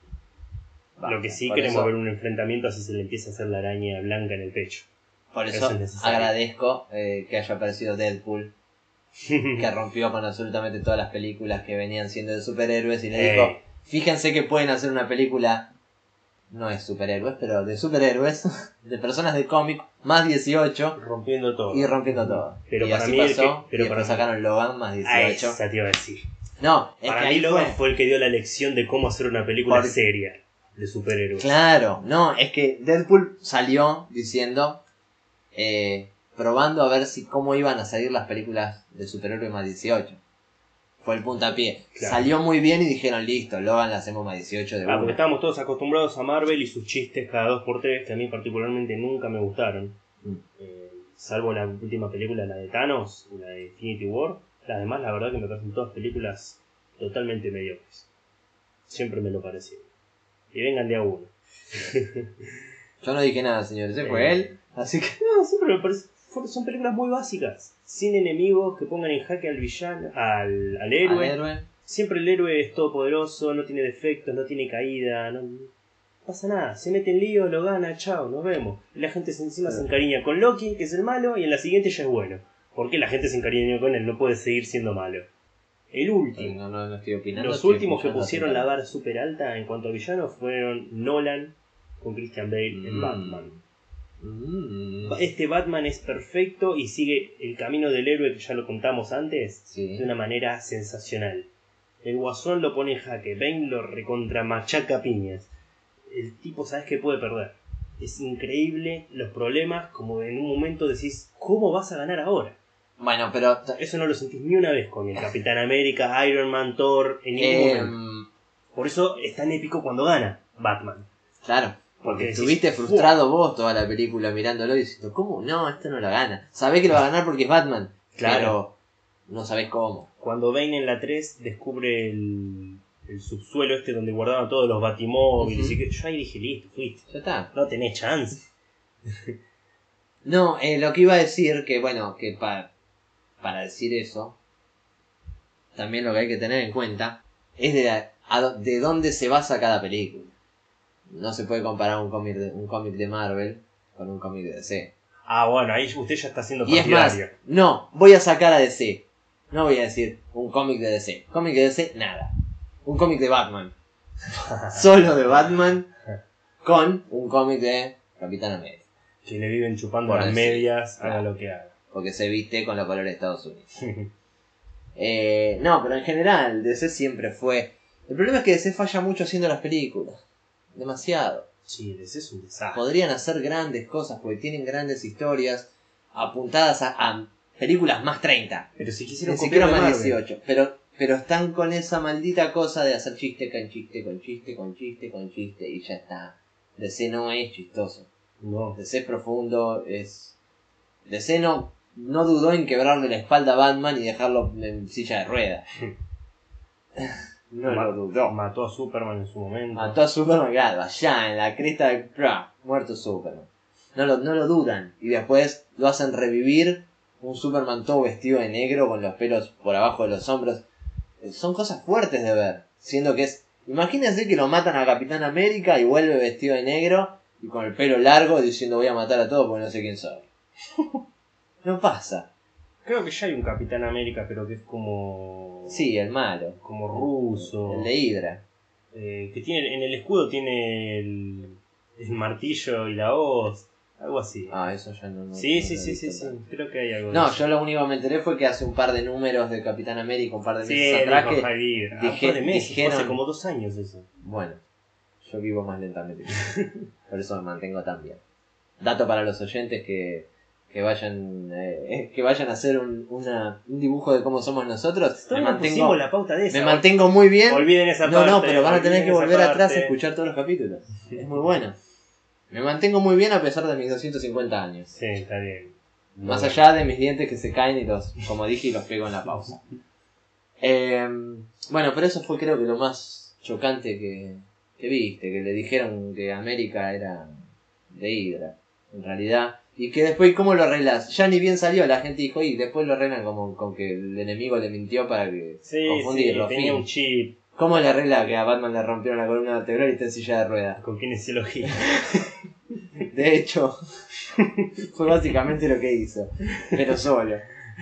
Lo que sí queremos ver un enfrentamiento así se le empieza a hacer la araña blanca en el pecho. Por eso agradezco que haya aparecido Deadpool, que rompió con absolutamente todas las películas que venían siendo de superhéroes y le dijo, fíjense que pueden hacer una película, no es superhéroes, pero de superhéroes, de personas de cómic, más 18. Rompiendo todo. Y rompiendo todo. Pero y para así mí pasó, pero y para sacaron Logan más 18. Esa te iba a decir. No, es para que mí ahí Logan fue el que dio la lección de cómo hacer una película seria de superhéroes. Claro, no, es que Deadpool salió diciendo, probando a ver cómo iban a salir las películas de superhéroes más 18. Fue el puntapié. Claro. Salió muy bien y dijeron, listo, Logan la hacemos más 18 de una. Porque estábamos todos acostumbrados a Marvel y sus chistes cada 2x3, que a mí particularmente nunca me gustaron. Salvo la última película, la de Thanos, la de Infinity War. Las demás, la verdad que me parecen todas películas totalmente mediocres. Siempre me lo pareció. Y vengan de a uno. Yo no dije nada, señores, ese fue él. Así que... No, siempre me parece... Son películas muy básicas. Sin enemigos que pongan en jaque al villano, al héroe. Siempre el héroe es todopoderoso, no tiene defectos, no tiene caída, no pasa nada. Se mete en lío, lo gana, chao, nos vemos. Y la gente encima se encariña con Loki, que es el malo, y en la siguiente ya es bueno. ¿Por qué la gente se encariña con él? No puede seguir siendo malo. El último. No estoy opinando. Los últimos que pusieron la vara súper alta en cuanto a villanos fueron Nolan con Christian Bale en Batman. Este Batman es perfecto y sigue el camino del héroe que ya lo contamos antes de una manera sensacional. El Guasón lo pone en jaque, Bane lo recontramachaca piñas. El tipo sabes que puede perder. Es increíble los problemas, como en un momento decís, ¿cómo vas a ganar ahora? Bueno, pero... Eso no lo sentís ni una vez con el Capitán América, Iron Man, Thor, en ningún momento. Por eso es tan épico cuando gana Batman. Claro. Porque estuviste frustrado vos toda la película mirándolo y diciendo, ¿cómo? No, esto no lo gana. Sabés que lo va a ganar porque es Batman. Claro. Pero no sabés cómo. Cuando Bane en la 3 descubre el subsuelo este donde guardaban todos los batimóviles, y que yo ahí dije, listo, fuiste. Ya está. No tenés chance. No, lo que iba a decir, que bueno, que para decir eso, también lo que hay que tener en cuenta es de dónde se basa cada película. No se puede comparar un cómic de Marvel con un cómic de DC. Ah, bueno, ahí usted ya está haciendo partidario. Y es más, no, voy a sacar a DC. No voy a decir un cómic de DC. Cómic de DC, nada. Un cómic de Batman. Solo de Batman con un cómic de Capitán América. Que le viven chupando las medias, haga lo que haga. Porque se viste con la color de Estados Unidos. No, pero en general, DC siempre fue... El problema es que DC falla mucho haciendo las películas. Demasiado. Sí, DC es un desastre. Podrían hacer grandes cosas porque tienen grandes historias apuntadas a películas más 30. Pero si quisieron copiar más 18. Pero están con esa maldita cosa de hacer chiste con chiste, con chiste, con chiste, con chiste y ya está. DC no es chistoso. No. DC es profundo, es... DC no dudó en quebrarle la espalda a Batman y dejarlo en silla de ruedas. No lo dudó. Mató a Superman en su momento. Mató a Superman, claro, allá en la cresta de... muerto Superman. No lo dudan. Y después lo hacen revivir un Superman todo vestido de negro con los pelos por abajo de los hombros. Son cosas fuertes de ver. Siendo que es... Imagínense que lo matan a Capitán América y vuelve vestido de negro y con el pelo largo diciendo voy a matar a todos porque no sé quién soy. No pasa. Creo que ya hay un Capitán América, pero que es como... Sí, el malo. Como ruso. El de Hydra. Que tiene en el escudo tiene el martillo y la hoz. Algo así. Eso ya no. Sí. Creo que hay algo de No, eso. yo lo único que me enteré fue que hace un par de números de Capitán América, un par de meses atrás que un par de meses, dijeron... hace como 2 años eso. Bueno, yo vivo más lentamente. Por eso me mantengo tan bien. Dato para los oyentes que que vayan a hacer un dibujo de cómo somos nosotros. Pusimos la pauta de esa. Me mantengo muy bien. Olviden esa parte. No, pero van a tener que volver atrás a escuchar todos los capítulos. Es muy bueno. Me mantengo muy bien a pesar de mis 250 años. Sí, está bien. Más allá de mis dientes que se caen y los, como dije, y los pego en la pausa. Bueno, pero eso fue creo que lo más chocante que viste, que le dijeron que América era de Hydra, en realidad. Y que después, ¿cómo lo arreglas? Ya ni bien salió, la gente dijo, y después lo arreglan como con que el enemigo le mintió para que confundirlo. Sí, tenía un chip. ¿Cómo le arregla que a Batman le rompieron la columna vertebral y está en silla de ruedas? Con kinesiología. De hecho, fue básicamente lo que hizo, pero solo.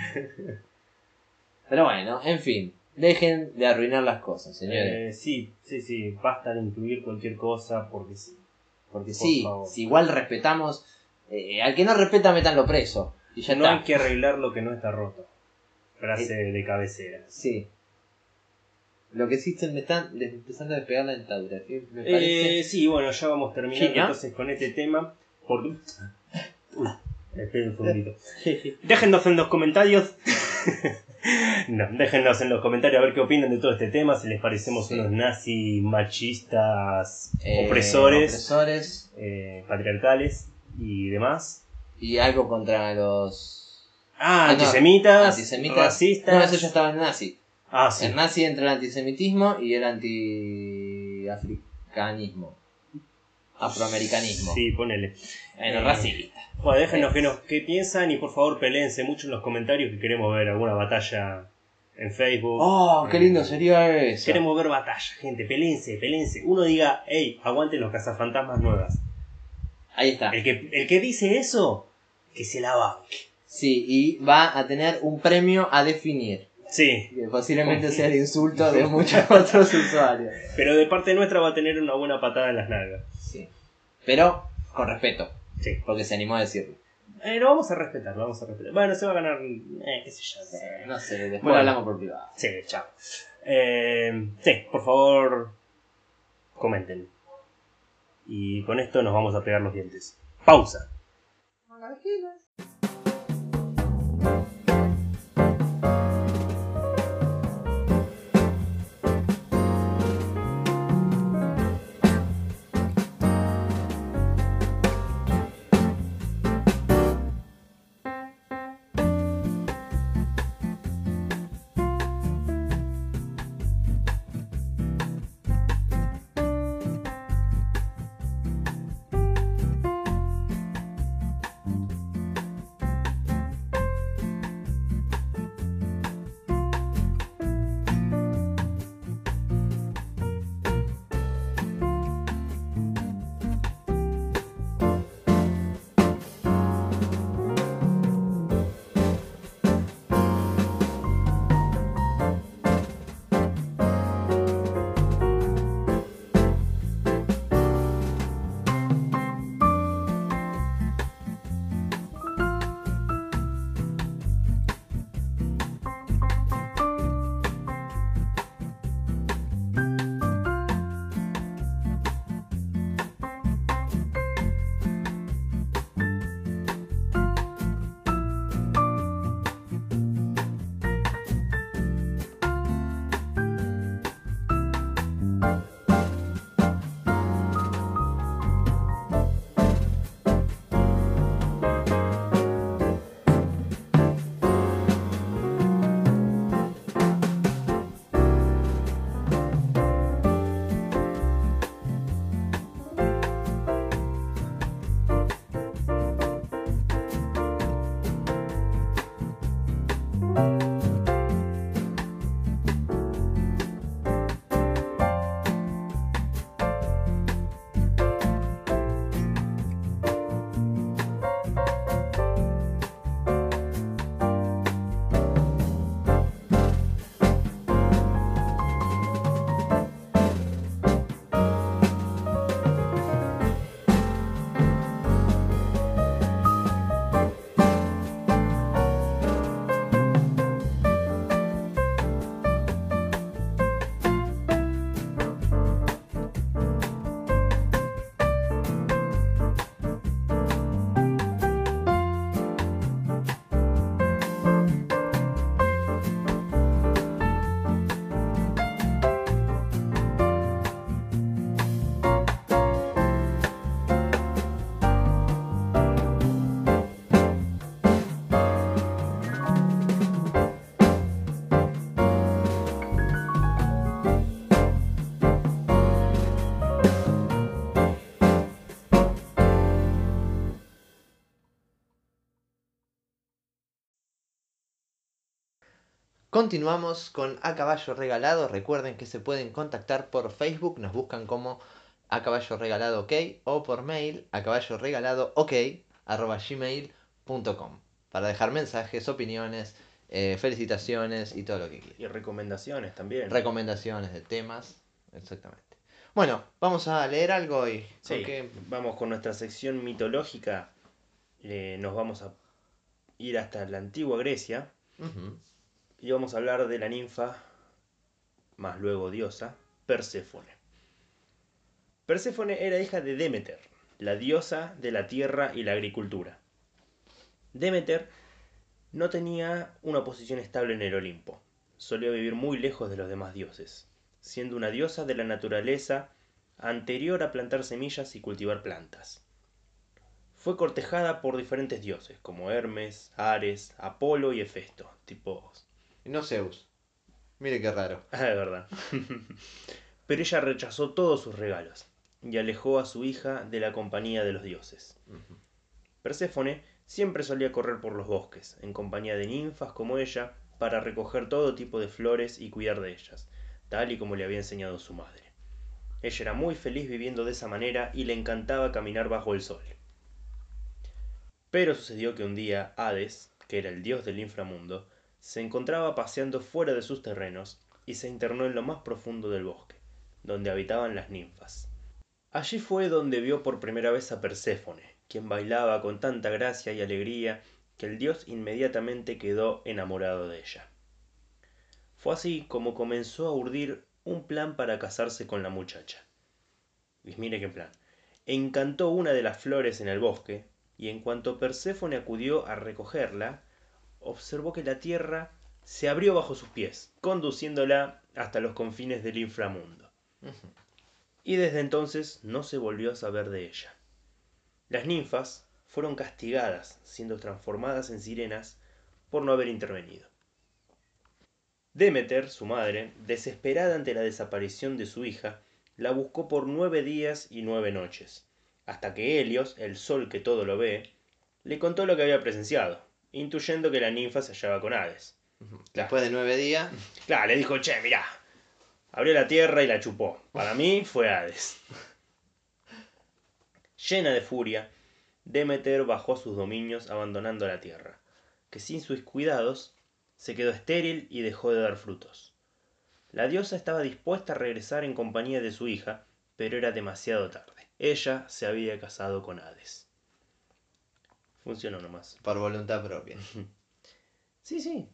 Pero bueno, en fin, dejen de arruinar las cosas, señores. Sí, basta de incluir cualquier cosa porque sí. Porque Por sí, favor. si igual respetamos, al que no respeta, métanlo preso. Y ya No está. hay que arreglar lo que no está roto. Frase de cabecera. Sí. Lo que sí me están empezando a despegar la dentadura, ¿sí? Me parece. Sí, bueno, ya vamos terminando Sí, ¿no? entonces con este tema. Uy, esperen un segundito. Déjennos en los comentarios. No, déjennos en los comentarios a ver qué opinan de todo este tema. Si les parecemos unos nazis machistas, opresores, patriarcales y demás. Y algo contra los Antisemitas, antisemitas. racistas. No, eso ya estaba en nazi. Sí. El nazi entre el antisemitismo y el anti-africanismo. Afroamericanismo. Sí, ponele. Bueno, racista. Bueno, déjenos qué piensan y por favor peleense mucho en los comentarios que queremos ver alguna batalla en Facebook. Oh, qué lindo sería eso. Queremos ver batalla, gente, peleense. Uno diga, hey, aguanten los cazafantasmas nuevas. Ahí está. El que dice eso, que se la banque. Sí, y va a tener un premio a definir. Sí. Que posiblemente sea el insulto de muchos otros usuarios. Pero de parte nuestra va a tener una buena patada en las nalgas. Sí. Pero con respeto. Sí. Porque se animó a decirlo. Lo vamos a respetar, Bueno, se va a ganar, qué sé yo. No sé, después Bueno. hablamos por privado. Sí, chao. Sí, por favor, comenten. Y con esto nos vamos a pegar los dientes. Pausa. Continuamos con A Caballo Regalado. Recuerden que se pueden contactar por Facebook, nos buscan como A Caballo Regalado OK, o por mail a caballorregaladook@gmail.com para dejar mensajes, opiniones, felicitaciones y todo lo que quieran. Y recomendaciones también. Recomendaciones de temas, exactamente. Bueno, vamos a leer algo y... Sí, porque... vamos con nuestra sección mitológica. Nos vamos a ir hasta la antigua Grecia. Uh-huh. Y vamos a hablar de la ninfa, más luego diosa, Perséfone. Perséfone era hija de Demeter, la diosa de la tierra y la agricultura. Demeter no tenía una posición estable en el Olimpo. Solía vivir muy lejos de los demás dioses, siendo una diosa de la naturaleza anterior a plantar semillas y cultivar plantas. Fue cortejada por diferentes dioses, como Hermes, Ares, Apolo y Hefesto, tipos. Y no Zeus. Mire qué raro. Ah, de verdad. Pero ella rechazó todos sus regalos y alejó a su hija de la compañía de los dioses. Uh-huh. Perséfone siempre solía correr por los bosques, en compañía de ninfas como ella, para recoger todo tipo de flores y cuidar de ellas, tal y como le había enseñado su madre. Ella era muy feliz viviendo de esa manera y le encantaba caminar bajo el sol. Pero sucedió que un día Hades, que era el dios del inframundo, se encontraba paseando fuera de sus terrenos y se internó en lo más profundo del bosque, donde habitaban las ninfas. Allí fue donde vio por primera vez a Perséfone, quien bailaba con tanta gracia y alegría que el dios inmediatamente quedó enamorado de ella. Fue así como comenzó a urdir un plan para casarse con la muchacha. Y mire qué plan. Encantó una de las flores en el bosque, y en cuanto Perséfone acudió a recogerla, observó que la tierra se abrió bajo sus pies, conduciéndola hasta los confines del inframundo. Uh-huh. Y desde entonces no se volvió a saber de ella. Las ninfas fueron castigadas, siendo transformadas en sirenas por no haber intervenido. Demeter, su madre, desesperada ante la desaparición de su hija, la buscó por 9 días y 9 noches, hasta que Helios, el sol que todo lo ve, le contó lo que había presenciado, intuyendo que la ninfa se hallaba con Hades. Después de 9 días... Claro, le dijo, che, mirá, abrió la tierra y la chupó. Para mí fue Hades. Llena de furia, Demeter bajó a sus dominios abandonando la tierra, que sin sus cuidados se quedó estéril y dejó de dar frutos. La diosa estaba dispuesta a regresar en compañía de su hija, pero era demasiado tarde. Ella se había casado con Hades. Funcionó nomás. Por voluntad propia. Sí.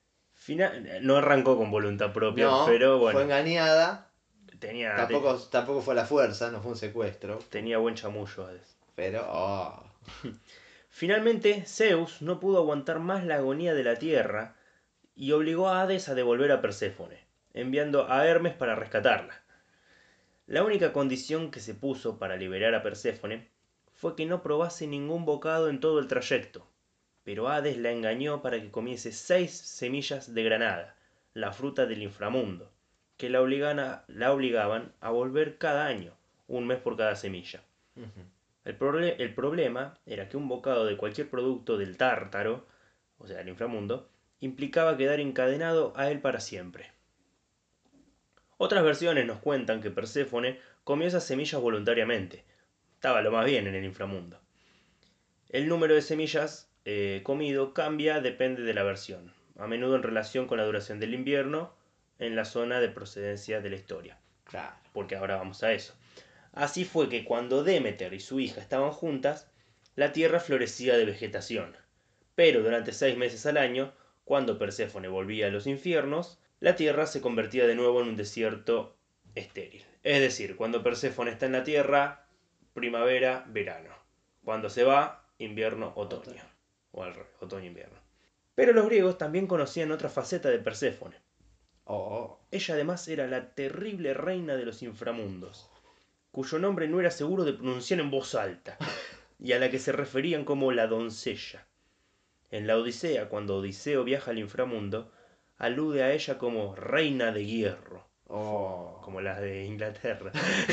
No arrancó con voluntad propia, No, pero bueno. fue engañada. Tenía, Tampoco fue a la fuerza, no fue un secuestro. tenía buen chamullo Hades. Pero... Finalmente, Zeus no pudo aguantar más la agonía de la tierra y obligó a Hades a devolver a Perséfone, enviando a Hermes para rescatarla. La única condición que se puso para liberar a Perséfone fue que no probase ningún bocado en todo el trayecto, pero Hades la engañó para que comiese 6 semillas de granada, la fruta del inframundo, que la obligaban a volver cada año, un mes por cada semilla. Uh-huh. El problema era que un bocado de cualquier producto del Tártaro, o sea, el inframundo, implicaba quedar encadenado a él para siempre. Otras versiones nos cuentan que Perséfone comió esas semillas voluntariamente. Estaba lo más bien en el inframundo. El número de semillas comido cambia depende de la versión, a menudo en relación con la duración del invierno en la zona de procedencia de la historia. Claro. Porque ahora vamos a eso. Así fue que cuando Demeter y su hija estaban juntas, la tierra florecía de vegetación. Pero durante 6 meses al año, cuando Perséfone volvía a los infiernos, la tierra se convertía de nuevo en un desierto estéril. Es decir, cuando Perséfone está en la tierra, primavera, verano. Cuando se va, invierno, otoño. O al revés, otoño-invierno. Pero los griegos también conocían otra faceta de Perséfone. Ella además era la terrible reina de los inframundos, cuyo nombre no era seguro de pronunciar en voz alta, y a la que se referían como la doncella. En la Odisea, cuando Odiseo viaja al inframundo, alude a ella como reina de hierro, como las de Inglaterra.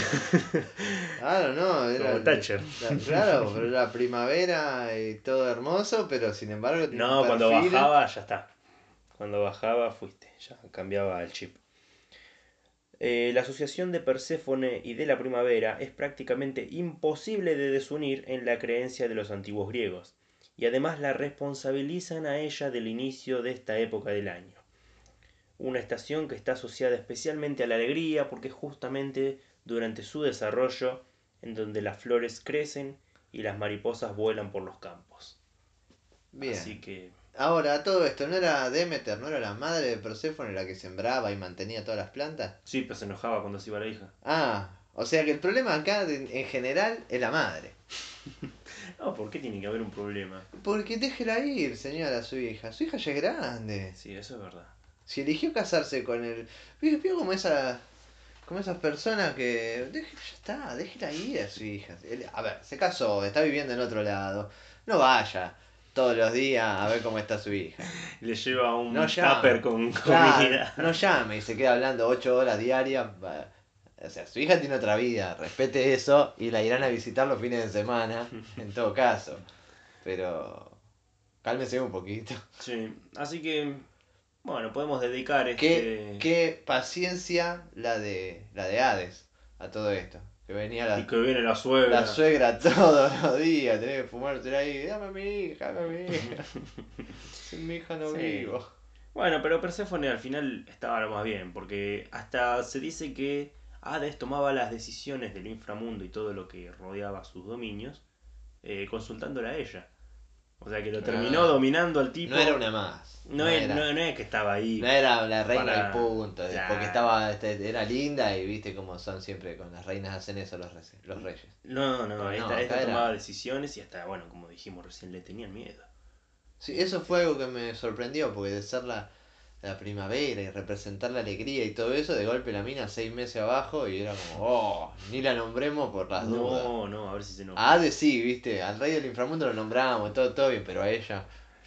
Claro, no, era como Thatcher. Claro, pero era primavera y todo hermoso, pero sin embargo No, cuando bajaba ya está. Cuando bajaba, fuiste. Ya cambiaba el chip. La asociación de Perséfone y de la primavera es prácticamente imposible de desunir en la creencia de los antiguos griegos, y además la responsabilizan a ella del inicio de esta época del año. Una estación que está asociada especialmente a la alegría porque es justamente durante su desarrollo en donde las flores crecen y las mariposas vuelan por los campos. Bien. Así que... Ahora, todo esto, ¿no era Demeter, no era la madre de Perséfone la que sembraba y mantenía todas las plantas? Sí, pues se enojaba cuando se iba la hija. Ah, o sea que el problema acá en general es la madre. No, ¿por qué tiene que haber un problema? Porque déjela ir, señora, su hija. Su hija ya es grande. Sí, eso es verdad. Si eligió casarse con el... Vio como esas personas que... Ya está, déjela ir a su hija. A ver, se casó, está viviendo en otro lado. No vaya todos los días a ver cómo está su hija. Le lleva un No llame. tupper con Claro, comida. no llame y se queda hablando 8 horas diarias. O sea, su hija tiene otra vida, respete eso y la irán a visitar los fines de semana, en todo caso. Pero cálmese un poquito. Sí, así que, bueno, podemos dedicar Qué paciencia la de Hades a todo esto. Que venía Y que viene la suegra. la suegra todos los días, tenés que fumártela ahí. Dame a mi hija, dame a mi hija. Sin mi hija no Sí. vivo. Bueno, pero Perséfone al final estaba lo más bien, porque hasta se dice que Hades tomaba las decisiones del inframundo y todo lo que rodeaba sus dominios, consultándola a ella. O sea que lo terminó Ah, dominando al tipo. No era una más. No es que estaba ahí. No era la reina para- y punto. Claro. Porque era linda y viste cómo son siempre con las reinas hacen eso los reyes. No, No, esta acá era- tomaba decisiones y hasta, bueno, como dijimos recién, le tenían miedo. Sí, eso fue algo que me sorprendió, porque de ser la primavera y representar la alegría y todo eso, de golpe la mina 6 meses abajo y era como, oh, ni la nombremos por las dudas. No, a ver si se nos... A Hades sí, viste, al rey del inframundo lo nombramos, todo bien, pero a ella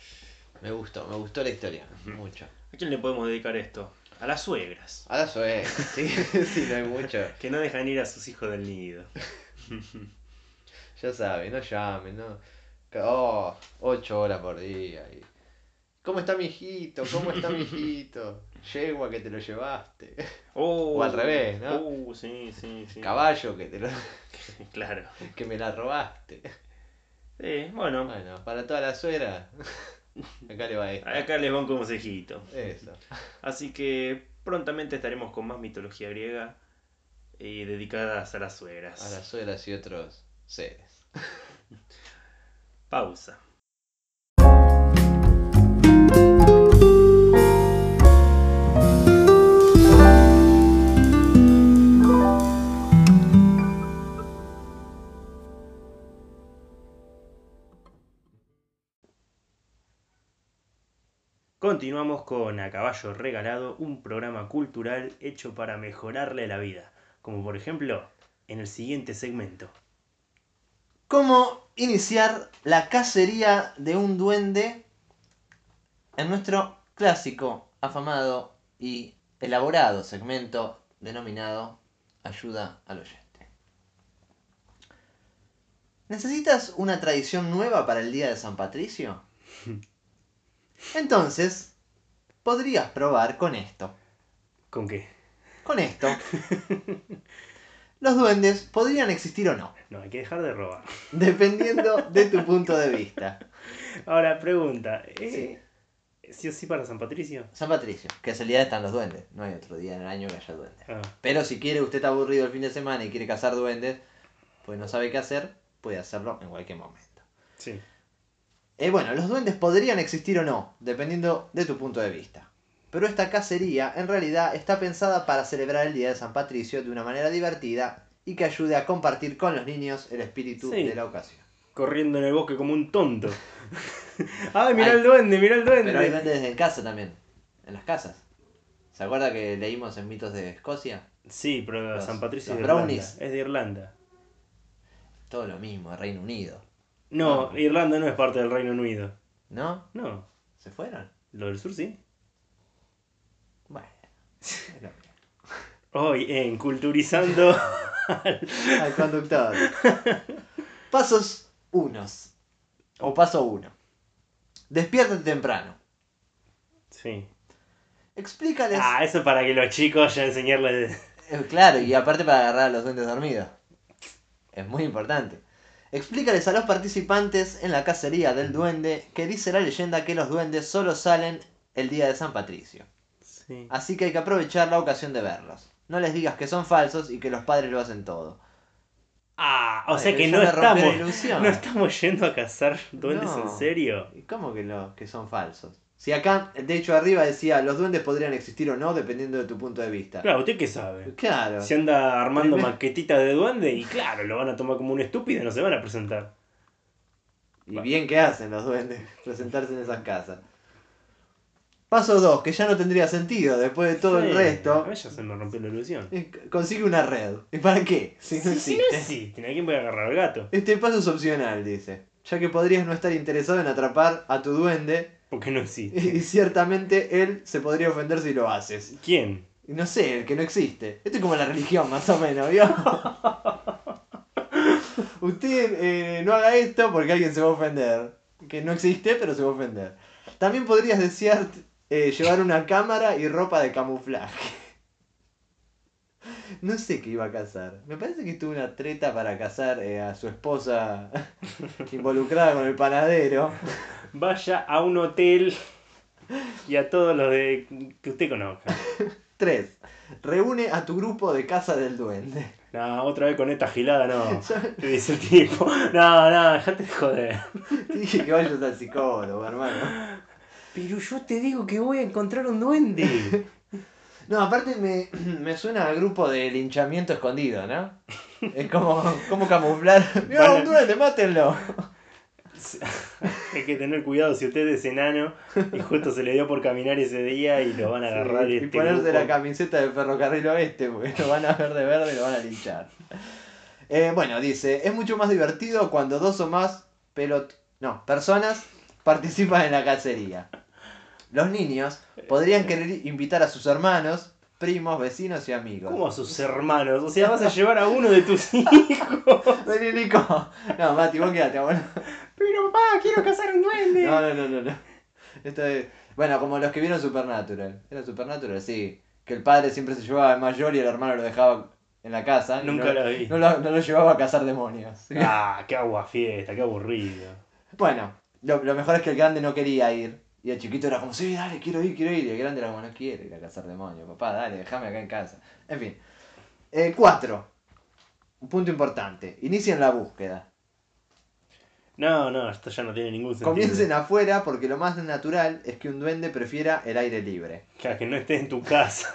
me gustó la historia, mucho. ¿A quién le podemos dedicar esto? A las suegras. A la suegra, sí, sí, no hay mucho. Que no dejan ir a sus hijos del nido. Ya saben, no llamen, no. Oh, 8 horas por día. ¿Cómo está mi hijito? ¿Cómo está mi hijito? Yegua que te lo llevaste. O al revés, ¿no? Sí. Caballo que te lo Claro. que me la robaste. Sí, bueno. Bueno, para toda la suegra, acá le va esto. Acá les va un consejito. Eso. Así que prontamente estaremos con más mitología griega y dedicadas a las suegras. A las suegras y otros seres. Pausa. Continuamos con A Caballo Regalado, un programa cultural hecho para mejorarle la vida, como por ejemplo en el siguiente segmento. ¿Cómo iniciar la cacería de un duende en nuestro clásico, afamado y elaborado segmento denominado Ayuda al oyente? ¿Necesitas una tradición nueva para el día de San Patricio? Entonces, podrías probar con esto. ¿Con qué? Con esto. Los duendes podrían existir o no, No, hay que dejar de robar. dependiendo de tu punto de vista. Ahora, pregunta. Sí. ¿Sí o sí para San Patricio? San Patricio, que es el día que están los duendes. No hay otro día en el año que haya duendes. Ah, Pero si quiere, usted está aburrido el fin de semana y quiere cazar duendes, pues no sabe qué hacer, puede hacerlo en cualquier momento. sí. Bueno, los duendes podrían existir o no, dependiendo de tu punto de vista. Pero esta cacería en realidad está pensada para celebrar el día de San Patricio de una manera divertida y que ayude a compartir con los niños el espíritu Sí. de la ocasión. Corriendo en el bosque como un tonto. ¡Ay, mirá Ay, el duende, mirá el duende! Pero hay duendes en casa también, en las casas. ¿Se acuerda que leímos en Mitos de Escocia? Sí, pero Los- San Patricio los es de Irlanda. brownies. Es de Irlanda. Todo lo mismo, Reino Unido. No, No. Irlanda no es parte del Reino Unido. ¿No? No, ¿Se fueron? lo del sur sí. Bueno. es lo mismo. Hoy en Culturizando. Al conductor. Pasos paso 1. Despiértate temprano. Sí. Explícales. Eso para que los chicos ya enseñarles. Claro, y aparte para agarrar a los duendes dormidos. Es muy importante. Explícales a los participantes en la cacería del duende que dice la leyenda que los duendes solo salen el día de San Patricio. Sí. Así que hay que aprovechar la ocasión de verlos. No les digas que son falsos y que los padres lo hacen todo. O sea que no estamos yendo a cazar duendes en serio. ¿Cómo que son falsos? Si acá, de hecho arriba decía, los duendes podrían existir o no dependiendo de tu punto de vista. Claro, ¿usted qué sabe? Claro. Si anda armando maquetitas de duende y claro, lo van a tomar como un estúpido y no se van a presentar. Y bien que hacen los duendes presentarse en esas casas. Paso 2, que ya no tendría sentido después de todo el resto. Ya se me rompió la ilusión. Consigue una red. ¿Y para qué? Si no existen, ¿a quién voy a agarrar al gato? Este paso es opcional, dice. Ya que podrías no estar interesado en atrapar a tu duende. Porque no existe. Y ciertamente él se podría ofender si lo haces. ¿Quién? No sé, el que no existe. Esto es como la religión, más o menos, ¿vio? Usted no haga esto porque alguien se va a ofender. Que no existe, pero se va a ofender. También podrías desear llevar una cámara y ropa de camuflaje. No sé qué iba a cazar. Me parece que tuvo una treta para cazar a su esposa involucrada con el panadero. Vaya a un hotel y a todos los que usted conozca. 3. Reúne a tu grupo de casa del duende. No, otra vez con esta gilada no. Te dice el tipo. No, dejate de joder. Te dije que vayas al psicólogo, hermano. Pero yo te digo que voy a encontrar un duende. No, aparte me suena al grupo de linchamiento escondido, ¿no? Es como camuflar. ¡No, un duende, mátenlo! Hay que tener cuidado si usted es enano y justo se le dio por caminar ese día y lo van a agarrar. Sí, y ponerse la camiseta del ferrocarril oeste, porque lo van a ver de verde y lo van a linchar. Bueno, dice, es mucho más divertido cuando dos o más personas participan en la cacería. Los niños podrían querer invitar a sus hermanos, primos, vecinos y amigos. ¿Cómo a sus hermanos? O sea, vas a llevar a uno de tus hijos. Vení, Nico. No, Mati, vos quedate, abuelo. Pero papá, quiero cazar un duende. No. Esto es... Bueno, como los que vieron Supernatural. ¿Era Supernatural? Sí. Que el padre siempre se llevaba al mayor y el hermano lo dejaba en la casa. Nunca lo vi. No lo llevaba a cazar demonios. Qué aguafiesta, qué aburrido. Bueno, lo mejor es que el grande no quería ir. Y el chiquito era como, sí, dale, quiero ir. Y el grande era como, no quiero ir a cazar demonios. Papá, dale, déjame acá en casa. En fin. 4. Un punto importante. Inician la búsqueda. No, esto ya no tiene ningún sentido. Comiencen afuera porque lo más natural es que un duende prefiera el aire libre. Claro, que no esté en tu casa.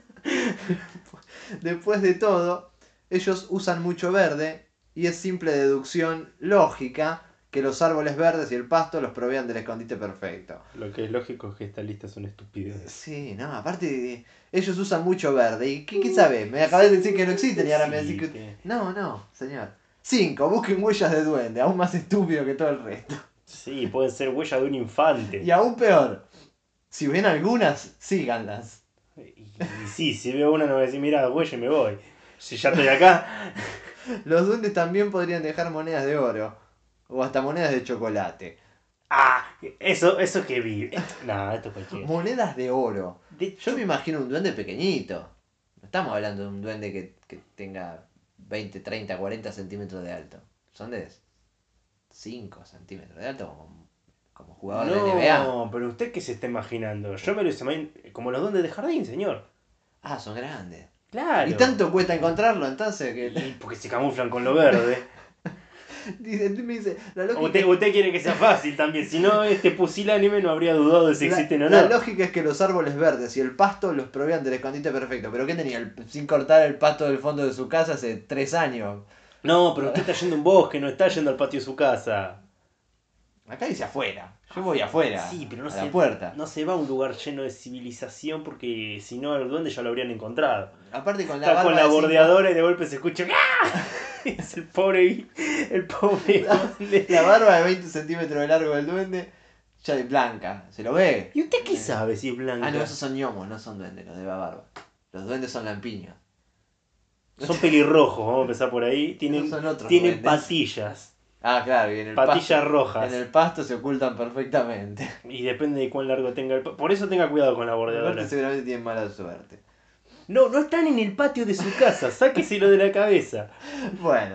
Después de todo, ellos usan mucho verde y es simple deducción lógica que los árboles verdes y el pasto los provean del escondite perfecto. Lo que es lógico es que esta lista es una estupidez. Sí, no, aparte ellos usan mucho verde. ¿Y qué sabes? Me acabé de decir que no existen y ahora me decís que... No, señor. 5. Busquen huellas de duende, aún más estúpido que todo el resto. Sí, pueden ser huellas de un infante. Y aún peor, si ven algunas, síganlas. Y sí, si veo una no voy a decir, mira, huella y me voy. Si ya estoy acá. Los duendes también podrían dejar monedas de oro. O hasta monedas de chocolate. Eso que vi. No, esto es cualquiera. Monedas de oro. Yo me imagino un duende pequeñito. No estamos hablando de un duende que tenga 20, 30, 40 centímetros de alto. Son de 5 centímetros de alto como jugador de NBA. No, pero usted qué se está imaginando. Yo me lo imagino como los duendes de jardín, señor. Son grandes. Claro. ¿Y tanto cuesta encontrarlo entonces? Porque se camuflan con lo verde. Me dice, la lógica... Usted quiere que sea fácil también, si no este pusilánime no habría dudado de si existen o no. La lógica es que los árboles verdes y el pasto los provean del escondite perfecto. ¿Pero qué tenía? Sin cortar el pasto del fondo de su casa hace 3 años. No, pero usted está yendo a un bosque, no está yendo al patio de su casa. Acá dice afuera. Yo voy afuera. Sí, pero la puerta. No se va a un lugar lleno de civilización porque si no el duende ya lo habrían encontrado. Aparte con la está barba con la bordeadora y de golpe se escucha ¡ah! Es el pobre duende. La barba de 20 centímetros de largo del duende ya es blanca. ¿Se lo ve? ¿Y usted qué sabe si es blanca? No, esos son ñomos, no son duendes, los de la barba. Los duendes son lampiños. Son pelirrojos, vamos a empezar por ahí. Tienen patillas. Ah, claro, y en el Patillas pasto, rojas. en el pasto se ocultan perfectamente. Y depende de cuán largo tenga el Por eso tenga cuidado con la Aparte bordeadora. seguramente tienen mala suerte. No, no están en el patio de su casa. Sáqueselo de la cabeza. Bueno,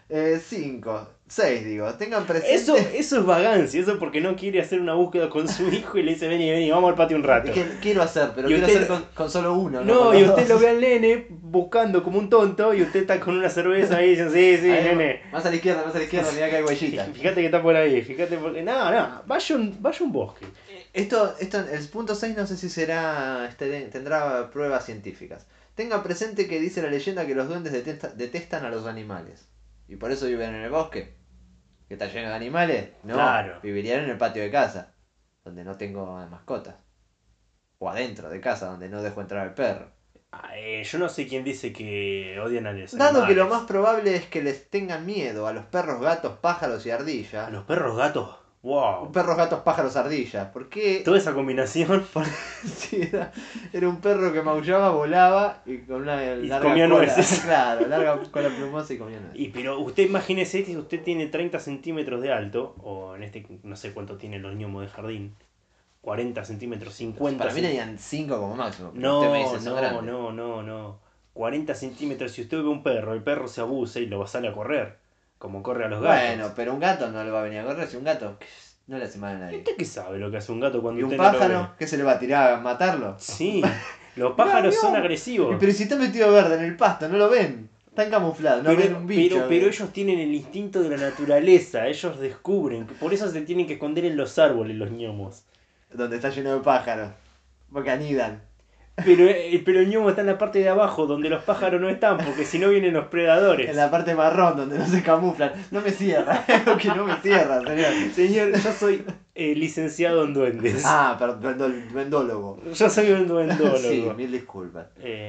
5, 6 digo, tengan Eso presente... es vagancia. Eso porque no quiere hacer una búsqueda con su hijo y le dice, vení, vení, vamos al patio un rato. Es que quiero hacer, pero Y quiero usted- hacer con solo uno. No, con y los usted lo dos. ve al nene buscando como un tonto y usted está con una cerveza ahí y dice, sí, sí, Ahí, nene. más a la izquierda, mirá que hay huellita. Fíjate que está por ahí, fíjate por... No, vaya un bosque. Esto, el punto 6 no sé si será tendrá pruebas científicas. Tenga presente que dice la leyenda que los duendes detestan a los animales. Y por eso viven en el bosque. ¿Que está lleno de animales? No, Claro. vivirían en el patio de casa, donde no tengo mascotas. O adentro de casa, donde no dejo entrar al perro. Yo no sé quién dice que odian a los Dado que lo animales. más probable es que les tengan miedo a los perros, gatos, pájaros y ardillas. A los perros gatos, wow. Perros, gatos, pájaros, ardillas. ¿Por qué? Toda esa combinación. Sí, era un perro que maullaba, volaba y con una larga comía cola. nueces. Claro, larga cola plumosa y comía nueces. Pero usted imagínese que usted tiene 30 centímetros de alto, o en este no sé cuánto tienen los ñomos de jardín, 40 centímetros, 50 Para mí centímetros. tenían 5 como máximo. Pero usted me dice son grandes. No. 40 centímetros, si usted ve un perro, el perro se abusa y lo sale a correr, como corre a los gatos. Bueno, pero un gato no le va a venir a correr. Si un gato no le hace mal a nadie. ¿Usted qué sabe lo que hace un gato cuando ¿Y un usted no lo pájaro? ve? ¿Qué se le va a tirar a matarlo? Sí, los pájaros son agresivos. Pero si está metido verde en el pasto, no lo ven. Están camuflados, no ven un bicho. Pero ellos tienen el instinto de la naturaleza, ellos descubren, que por eso se tienen que esconder en los árboles los ñomos. Donde está lleno de pájaros. Porque anidan. Pero el ñomo está en la parte de abajo, donde los pájaros no están, porque si no vienen los predadores. En la parte marrón, donde no se camuflan. No me cierra. que no me cierra, señor. Señor, yo soy licenciado en duendes. Ah, perdón, duendólogo. Yo soy un duendólogo. Sí, mil disculpas.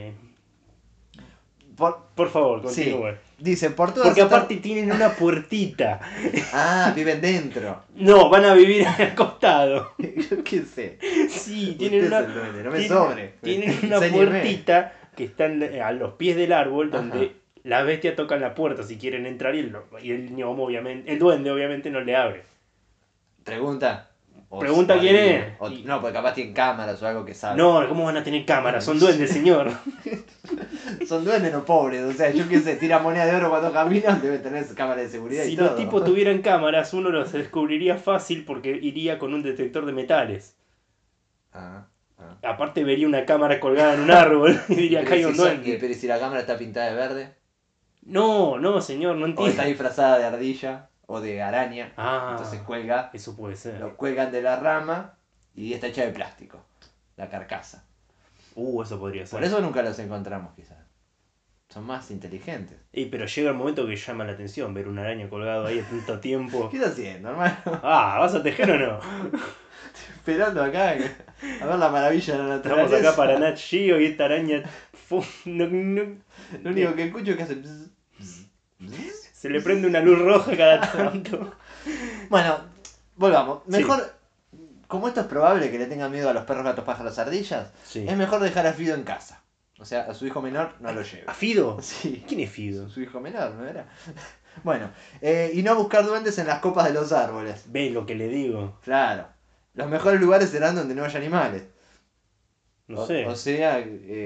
Por favor, Sí, continúe. dice, por todas Porque estas... aparte tienen una puertita. Ah, viven dentro. No, van a vivir al costado. Yo qué sé. Sí, tienen Usted una, es el duende, no me tienen- sobre. tienen una Enséñeme. puertita que está a los pies del árbol donde Ajá. las bestias tocan la puerta si quieren entrar y el ñomo obviamente, el duende obviamente no le abre. Pregunta. Pregunta quién es. No, porque capaz tienen cámaras o algo que saben. No, ¿cómo van a tener cámaras? Son duendes, señor. Son duendes no pobres. O sea, yo qué sé, tira moneda de oro cuando caminan, debe tener cámara de seguridad Si y todo. los tipos tuvieran cámaras, uno los descubriría fácil porque iría con un detector de metales. Ah. Aparte vería una cámara colgada en un árbol y diría, acá hay un duende. Pero si la cámara está pintada de verde, No, señor, no o está entiendo. disfrazada de ardilla o de araña, Ah, entonces cuelga, eso puede ser. lo cuelgan de la rama y está hecha de plástico, la carcasa. Eso podría ser. Por eso nunca los encontramos quizás. Son más inteligentes. Pero llega el momento que llama la atención ver una araña colgado ahí a tanto tiempo. ¿Qué estás haciendo, hermano? ¿Vas a tejer o no? Esperando acá a ver la maravilla de la naturaleza. Estamos acá para Nat Geo y esta araña no- Lo único que escucho es que hace... bzz, bzz, bzz. se le prende una luz roja cada tanto. Bueno, volvamos. Mejor, como esto es probable que le tengan miedo a los perros, gatos, pájaros, ardillas, Sí. es mejor dejar a Fido en casa. O sea, a su hijo menor no lo lleve. ¿A Fido? Sí. ¿Quién es Fido? Su hijo menor, ¿no era? Bueno, y no buscar duendes en las copas de los árboles. Ve lo que le digo. Claro. Los mejores lugares serán donde no haya animales. No sé. O sea,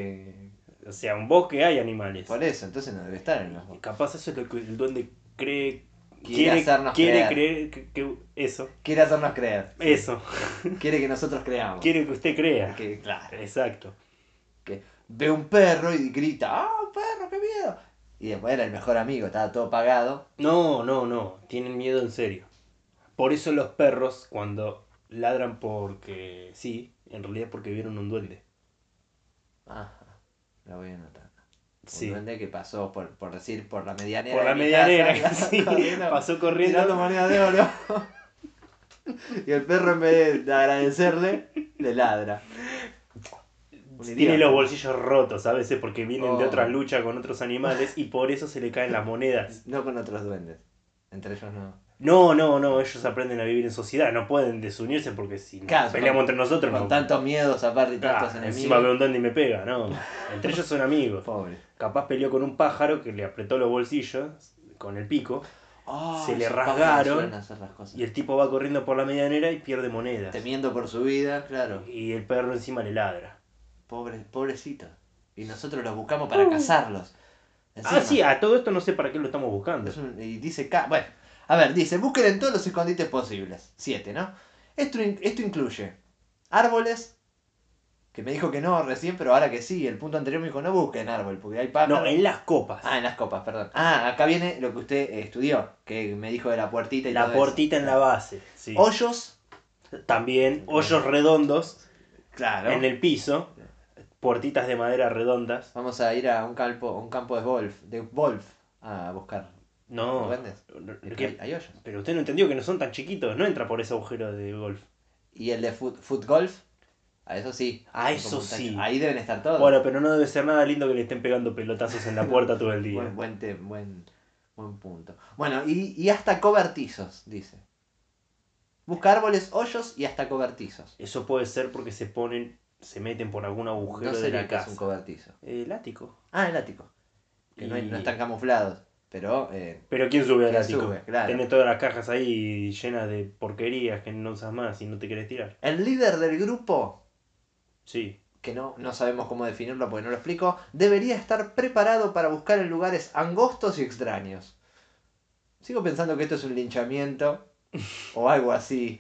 O sea, un bosque hay animales. por eso, entonces no debe estar en los Y bosques. capaz eso es lo que el duende cree. Quiere hacernos quiere creer. creer que eso. Quiere hacernos creer. Eso. Quiere que nosotros creamos. Quiere que usted crea. Que, claro. Exacto. Que ve un perro y grita, ¡ah, un perro, qué miedo! Y después era el mejor amigo, estaba todo pagado. No. Tienen miedo en serio. Por eso los perros cuando ladran porque sí, en realidad porque vieron un duende. Ajá, la voy a anotar. Sí. Un duende que pasó por decir, por la medianera. Por la de mi medianera, casa, sí, pasó corriendo. tirando moneda de oro. Y el perro en vez de agradecerle, le ladra. Un Tiene idiota. los bolsillos rotos a veces porque vienen de Oh. otras luchas con otros animales y por eso se le caen las monedas. No con otros duendes. Entre ellos no. No, ellos aprenden a vivir en sociedad, no pueden desunirse porque si Claro, peleamos entre nosotros Con no. tantos miedos aparte y tantos enemigos. Encima veo un duende y me pega, no. Entre ellos son amigos. Pobre. Capaz peleó con un pájaro que le apretó los bolsillos con el pico. se le esos pájaros rasgaron suelen hacer las cosas. y el tipo va corriendo por la medianera y pierde monedas. Temiendo por su vida, claro. Y el perro encima le ladra. Pobrecito. Y nosotros los buscamos para cazarlos. Encima. Sí, a todo esto no sé para qué lo estamos buscando. Y dice, bueno, a ver, dice, busquen en todos los escondites posibles. 7, ¿no? Esto incluye árboles, que me dijo que no recién, pero ahora que sí. El punto anterior me dijo, no busquen árbol, porque hay pájaros. No, en las copas. En las copas, perdón. Acá viene lo que usted estudió, que me dijo de la puertita y la todo puertita eso. en la base. Sí. Hoyos. También, hoyos redondos Claro. en el piso. Puertitas de madera redondas. Vamos a ir a un campo de golf a buscar. No. ¿Duendes? Hay hoyos. Pero usted no entendió que no son tan chiquitos. No entra por ese agujero de golf. ¿Y el de foot golf? A eso sí. Eso sí. Ahí deben estar todos. Bueno, pero no debe ser nada lindo que le estén pegando pelotazos en la puerta todo el día. Buen punto. Bueno, y hasta cobertizos, dice. Busca árboles, hoyos y hasta cobertizos. Eso puede ser porque se meten por algún agujero de la que es casa. un cobertizo. El ático. El ático. Que no están camuflados. Pero ¿quién sube al ático? Sube, claro. Tenés todas las cajas ahí llenas de porquerías que no usas más y no te querés tirar. El líder del grupo, Sí. que no sabemos cómo definirlo porque no lo explico, debería estar preparado para buscar en lugares angostos y extraños. Sigo pensando que esto es un linchamiento o algo así.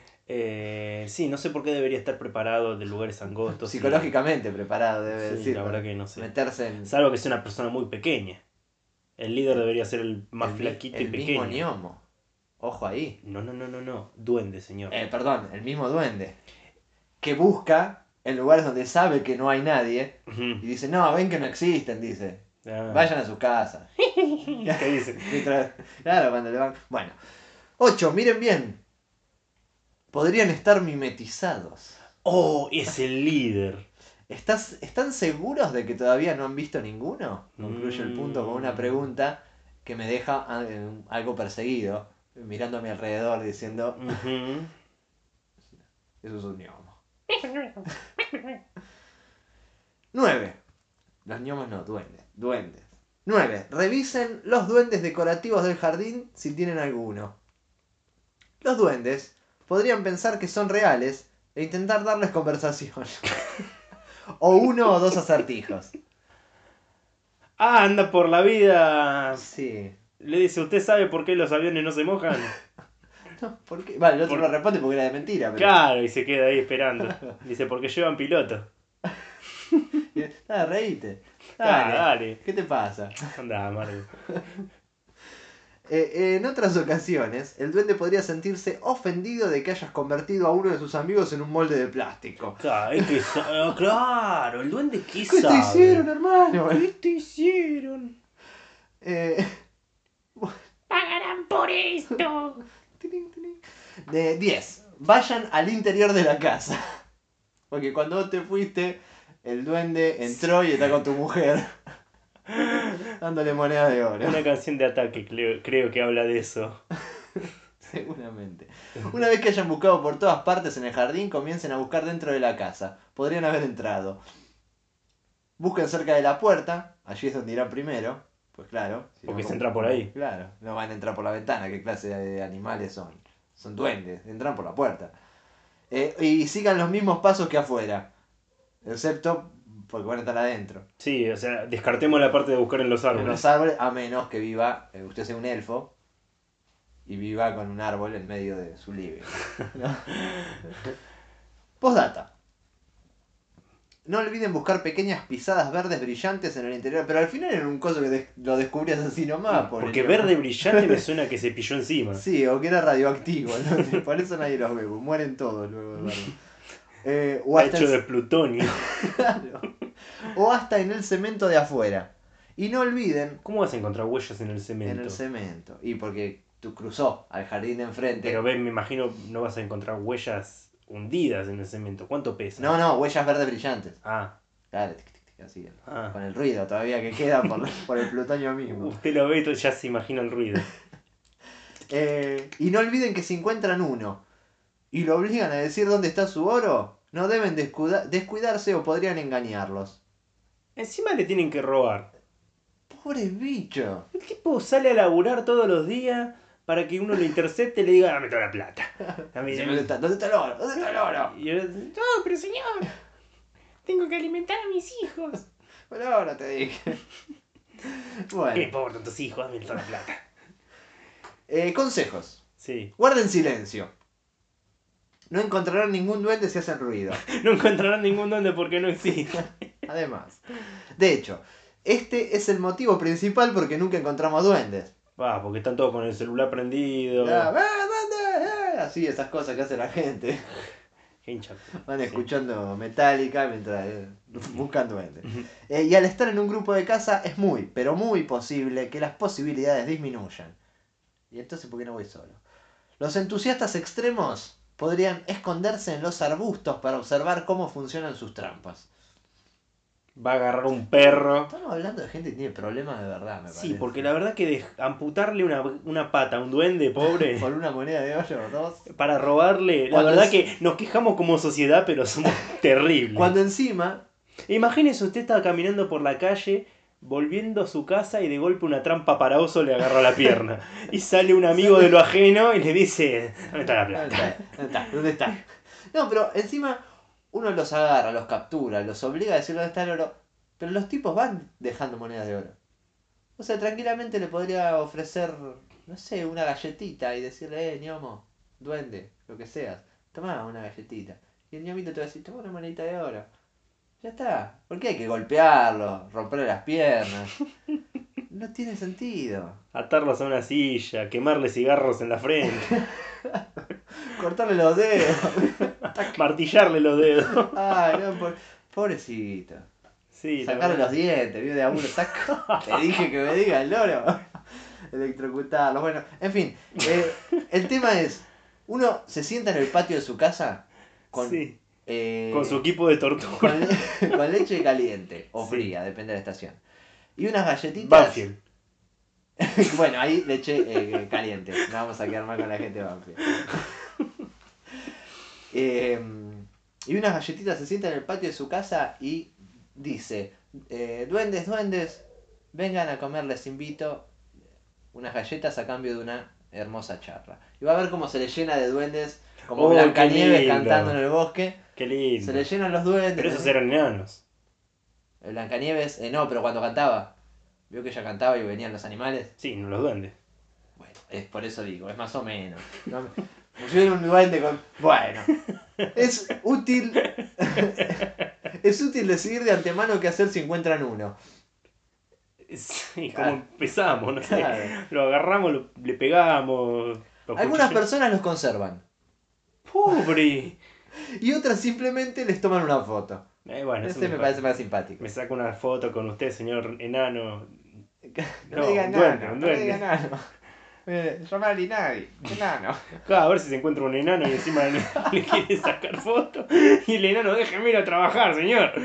Sí, no sé por qué debería estar preparado de lugares angostos. Psicológicamente preparado, debe decir. La verdad que no sé. Meterse en... Salvo que sea una persona muy pequeña. El líder debería ser el más flaquito y pequeño. El mismo gnomo. Ojo ahí. No. Duende, señor. Perdón, el mismo duende. Que busca en lugares donde sabe que no hay nadie. Y dice, no, ven que no existen, dice. Vayan a su casa. ¿Qué dice? Claro, cuando le van... Bueno. 8, miren bien. Podrían estar mimetizados. Oh, es el líder. ¿Están seguros de que todavía no han visto ninguno? Concluyo el punto con una pregunta que me deja algo perseguido, mirando a mi alrededor diciendo, eso es un gnomo. 9. Los gnomos no, duendes. 9. Revisen los duendes decorativos del jardín si tienen alguno. Los duendes podrían pensar que son reales e intentar darles conversación. O 1 o 2 acertijos. Anda por la vida. Sí. Le dice, ¿usted sabe por qué los aviones no se mojan? No, ¿por qué? Vale, el otro lo responde porque era de mentira. Pero... Claro, y se queda ahí esperando. Dice, porque llevan piloto. Reíte. Dale. ¿Qué te pasa? Anda, Mario. En otras ocasiones, el duende podría sentirse ofendido de que hayas convertido a uno de sus amigos en un molde de plástico. Claro, el duende ¿qué te hicieron, hermano? ¿Qué te hicieron? Pagarán por esto. 10. Vayan al interior de la casa. Porque cuando vos te fuiste, el duende entró y está con tu mujer. Dándole monedas de oro. Una canción de Ataque, creo que habla de eso. Seguramente. Una vez que hayan buscado por todas partes en el jardín, comiencen a buscar dentro de la casa. Podrían haber entrado. Busquen cerca de la puerta. Allí es donde irán primero. Pues claro. Porque se entra por ahí. Claro. No van a entrar por la ventana. ¿Qué clase de animales son? Son duendes. Entran por la puerta. Y sigan los mismos pasos que afuera. Excepto... porque van a estar adentro. Sí, o sea, descartemos la parte de buscar en los árboles. En los árboles, a menos que viva, usted sea un elfo, y viva con un árbol en medio de su living. ¿No? Postdata. No olviden buscar pequeñas pisadas verdes brillantes en el interior. Pero al final era un coso que lo descubrías así nomás. Porque verde brillante me suena que se pilló encima. Sí, o que era radioactivo, ¿no? Por eso nadie los ve, mueren todos luego de verlo. O hasta hecho de plutonio. Claro. O hasta en el cemento de afuera. Y no olviden... ¿Cómo vas a encontrar huellas en el cemento? En el cemento. Y porque tú cruzó al jardín de enfrente. Pero me imagino no vas a encontrar huellas hundidas en el cemento. ¿Cuánto pesa? No, huellas verdes brillantes. Claro, así. Con el ruido todavía que queda por el plutonio mismo. Usted lo ve y ya se imagina el ruido. Y no olviden que si encuentran uno y lo obligan a decir dónde está su oro, no deben descuidarse o podrían engañarlos. Encima le tienen que robar. Pobre bicho. El tipo sale a laburar todos los días para que uno lo intercepte y le diga, dame toda la plata. ¿Dónde está el oro? ¿Dónde está el oro? Y yo, No, pero señor, tengo que alimentar a mis hijos. Bueno, ahora te dije. ¿qué Bueno, importan tus hijos? Dame toda la plata. consejos. Sí. Guarden silencio. No encontrarán ningún duende si hacen ruido. No encontrarán ningún duende porque no existe. Además. De hecho, este es el motivo principal porque nunca encontramos duendes. Porque están todos con el celular prendido. ¡Duende! Así, esas cosas que hace la gente. Qué hincha. Van Sí. escuchando Metallica mientras buscan duendes. Y al estar en un grupo de caza es muy, pero muy posible que las posibilidades disminuyan. Y entonces, ¿por qué no voy solo? Los entusiastas extremos podrían esconderse en los arbustos para observar cómo funcionan sus trampas. Va a agarrar un perro. Estamos hablando de gente que tiene problemas de verdad, me parece. Sí, porque la verdad que amputarle una pata a un duende pobre Por una moneda de oro o dos. para robarle, la Cuando verdad es- que nos quejamos como sociedad, pero somos terribles. Cuando encima... Imagínese, usted está caminando por la calle, volviendo a su casa y de golpe una trampa para oso le agarra la pierna. Y sale un amigo de lo ajeno y le dice, ¿dónde está la ¿Dónde plata? está? ¿Dónde está? ¿Dónde está? No, pero encima uno los agarra, los captura, los obliga a decir dónde está el oro. Pero los tipos van dejando monedas de oro. O sea, tranquilamente le podría ofrecer, no sé, una galletita y decirle, ñomo, duende, lo que seas, tomá una galletita. Y el ñomito te va a decir, toma una monedita de oro. Ya está. ¿Por qué hay que golpearlo, romperle las piernas? No tiene sentido. Atarlos a una silla, quemarle cigarros en la frente, Cortarle los dedos. martillarle los dedos. Ay, no, pobrecito. Sí, la Sacarle verdad. los dientes, vio de a uno, saco. Te dije que me diga el loro. Electrocutarlo. Bueno, en fin. El tema es, uno se sienta en el patio de su casa con, Sí, eh, con su equipo de tortura. con leche caliente o Sí. fría, depende de la estación. Y unas galletitas. Banfield. Bueno, ahí leche caliente. No vamos a quedar mal con la gente de Banfield. Y unas galletitas, se sienta en el patio de su casa y dice, duendes, duendes, vengan a comer, les invito unas galletas a cambio de una hermosa charla. Y va a ver cómo se le llena de duendes, como Oh, qué Blancanieves lindo. cantando en el bosque. Qué lindo. Se le llenan los duendes. Pero esos eran enanos. Blancanieves, no, pero cuando cantaba. Vio que ella cantaba y venían los animales. Sí, no los duendes. Bueno, es por eso digo, es más o menos. No me- pusieron un duende con... Bueno, es útil... es útil decidir de antemano qué hacer si encuentran uno. Sí, como Claro. empezamos, no sé. Claro. Lo agarramos, le pegamos. Lo Algunas cuchillamos. personas los conservan. Pobre. Y otras simplemente les toman una foto. Bueno, eso Ese me parece más simpático. Me saco una foto con usted, señor enano. No, No, me digan un duende, nano, un no me duende. digan nano. Yo no ni nadie, enano. A ver si se encuentra un enano y encima le quiere sacar foto. Y el enano, déjeme ir a trabajar, señor.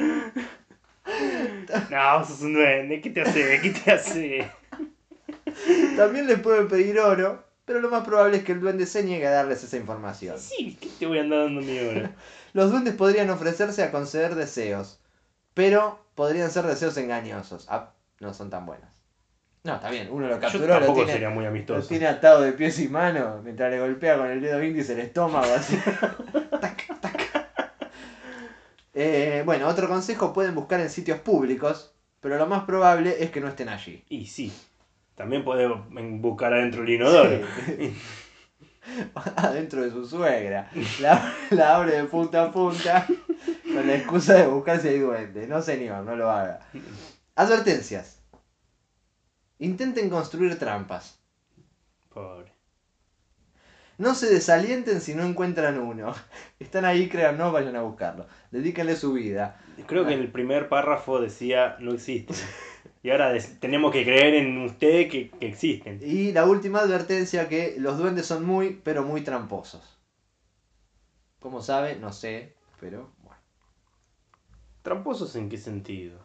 No, sos un duende. ¿Qué te hace? ¿Qué te hace? También les pueden pedir oro, pero lo más probable es que el duende se niegue a darles esa información. Sí, ¿qué te voy a andar dando mi hora? Los duendes podrían ofrecerse a conceder deseos, pero podrían ser deseos engañosos. Ah, no son tan buenos. No, está bien, uno lo Yo capturó, lo tampoco tiene, sería muy lo amistoso. tiene atado de pies y manos mientras le golpea con el dedo índice el estómago así. Tac, tac. Bueno, otro consejo, pueden buscar en sitios públicos, pero lo más probable es que no estén allí. Y sí, también podemos buscar adentro el inodoro. Sí. Adentro de su suegra. La abre de punta a punta con la excusa de buscar si hay duende. No señor, no lo haga. Advertencias. Intenten construir trampas. Pobre. No se desalienten si no encuentran uno. Están ahí, créanos, vayan a buscarlo. Dedíquenle su vida. Creo que el primer párrafo decía no existen. Y ahora tenemos que creer en ustedes que existen. Y la última advertencia, que los duendes son muy, pero muy tramposos. ¿Cómo sabe? No sé, pero bueno. ¿Tramposos en qué sentido?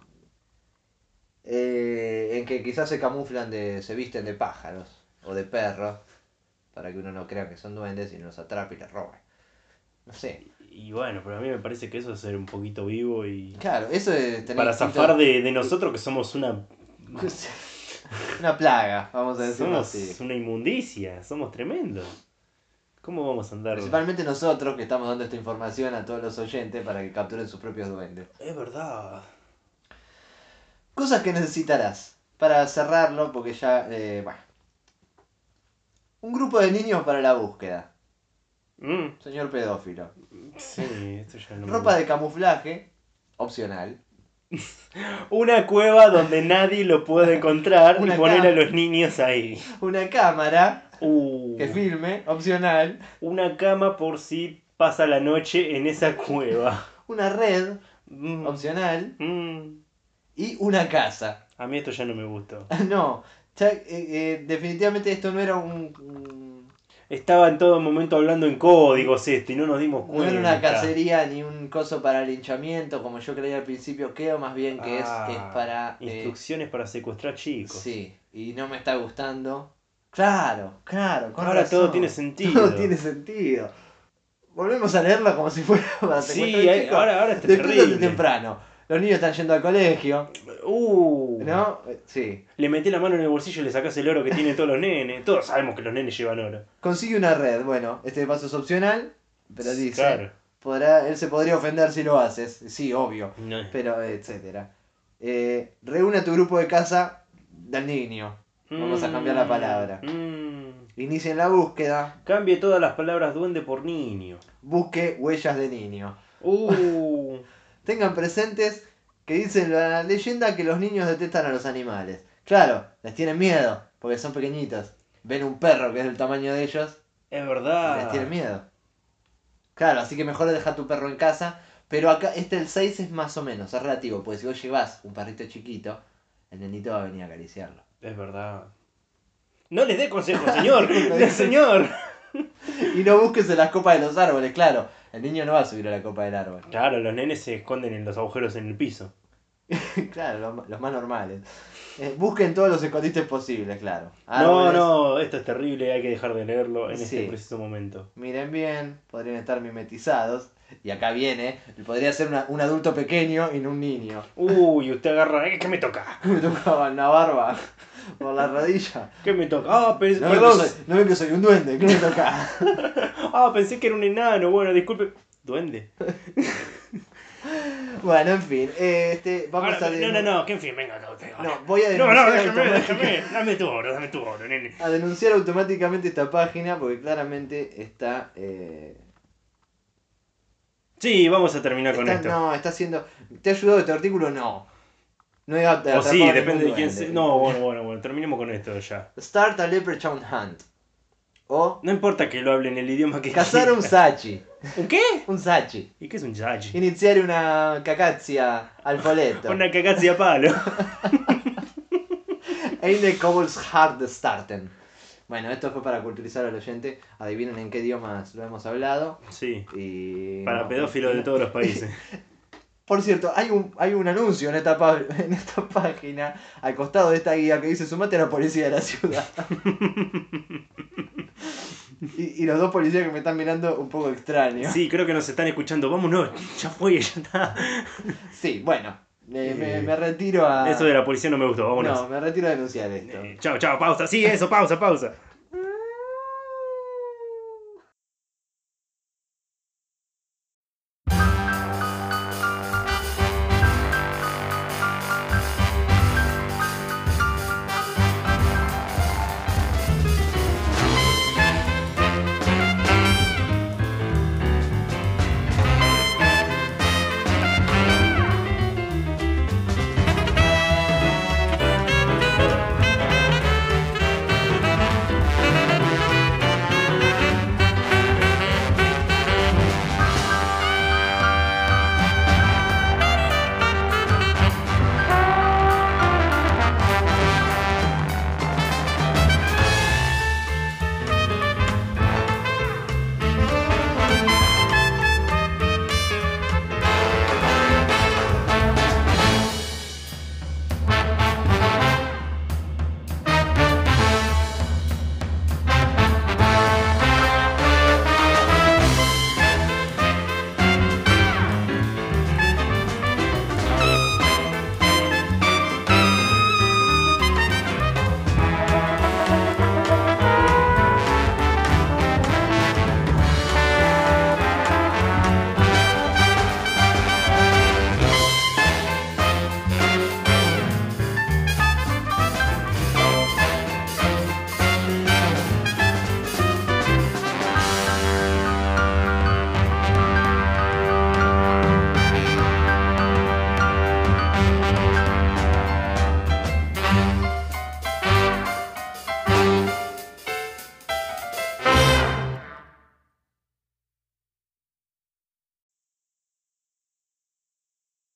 En que quizás se visten de pájaros o de perros para que uno no crea que son duendes y no los atrape y les robe. No sé. Y bueno, pero a mí me parece que eso es ser un poquito vivo y... Claro, eso es tener Para instinto- zafar de nosotros que somos una Una plaga, vamos a decirlo Somos así. una inmundicia, somos tremendos. ¿Cómo vamos a andar? Principalmente nosotros que estamos dando esta información a todos los oyentes para que capturen sus propios duendes. Es verdad. Cosas que necesitarás para cerrarlo, porque ya, bueno. Un grupo de niños para la búsqueda. Señor pedófilo. Sí, esto ya no me Ropa de camuflaje, opcional. Una cueva donde nadie lo puede encontrar y Una poner cama. a los niños ahí. Una cámara Uh, que filme, opcional. una cama por si pasa la noche en esa cueva. Una red, Mm, opcional. mm. Y una casa. A mí esto ya no me gustó. No, ya, definitivamente esto no era un Estaba en todo momento hablando en códigos y no nos dimos no cuenta. era una cacería ni un coso para linchamiento, como yo creía al principio, creo más bien que es para... Instrucciones para secuestrar chicos. Sí, y no me está gustando. Claro, con Ahora razón. todo tiene sentido. Todo tiene sentido. Volvemos a leerlo como si fuera para Sí, secuestrar chicos. ahora está Despiertate terrible. temprano. Los niños están yendo al colegio, ¿no? Sí. Le metí la mano en el bolsillo y le sacás el oro que tienen todos los nenes. Todos sabemos que los nenes llevan oro. Consigue una red. Bueno, este paso es opcional, pero dice... Claro. Él se podría ofender si lo haces. Sí, obvio. No. Pero, etcétera. Reúne a tu grupo de casa del niño. Vamos a cambiar la palabra. Inicien la búsqueda. Cambie todas las palabras duende por niño. Busque huellas de niño. Uh. Tengan presentes que dice la leyenda que los niños detestan a los animales. Claro, les tienen miedo, porque son pequeñitos. Ven un perro que es del tamaño de ellos Es y verdad. les tienen miedo. Claro, así que mejor dejar tu perro en casa. Pero acá, el 6 es más o menos, es relativo. Porque si vos llevas un perrito chiquito, el nenito va a venir a acariciarlo. Es verdad. No les dé consejos, señor. Señor. Y no busques en las copas de los árboles, claro. El niño no va a subir a la copa del árbol. Claro, los nenes se esconden en los agujeros en el piso. Claro, los más normales. Busquen todos los escondites posibles, claro. No, Árboles. no, esto es terrible, hay que dejar de leerlo en Sí. este preciso momento. Miren bien, podrían estar mimetizados. Y acá viene, podría ser un adulto pequeño y no un niño. Uy, usted agarra. ¿Qué me toca? Me tocaba la barba por la rodilla. ¿Qué me toca? Ah, No ven que perdón. no ven que soy un duende, ¿qué me toca? Ah, pensé que era un enano. Bueno, disculpe. Duende. Bueno, en fin, vamos Ahora, a... no, que en fin, venga, no, No, voy a no, denunciar, déjame. Dame tu oro, nene. a denunciar automáticamente esta página porque claramente está... Sí, vamos a terminar con esto. No, está haciendo... ¿Te ha ayudado este artículo? No. No he O atrapado sí, ningún depende de quién duende. se... No, bueno, terminemos con esto ya. Start a Leprechaun Hunt. O No importa que lo hablen el idioma que cazar un sachi. ¿Un qué? Un sachi. ¿Y qué es un yachi? Iniziare una cacazia al foletto. Una cagazzi a palo. Eine Kobolds Hard Starten. Bueno, esto fue para culturizar al oyente. Adivinen en qué idiomas lo hemos hablado. Sí, Y para no, pedófilos de todos los países. Por cierto, hay un anuncio en esta página, al costado de esta guía, que dice: sumate a la policía de la ciudad. y los dos policías que me están mirando un poco extraño. Sí, creo que nos están escuchando. Vámonos, ya fue, ya está. Sí, bueno, me retiro a... Eso de la policía no me gustó, vámonos. No, me retiro a denunciar esto. Chao, pausa. Sí, eso, pausa.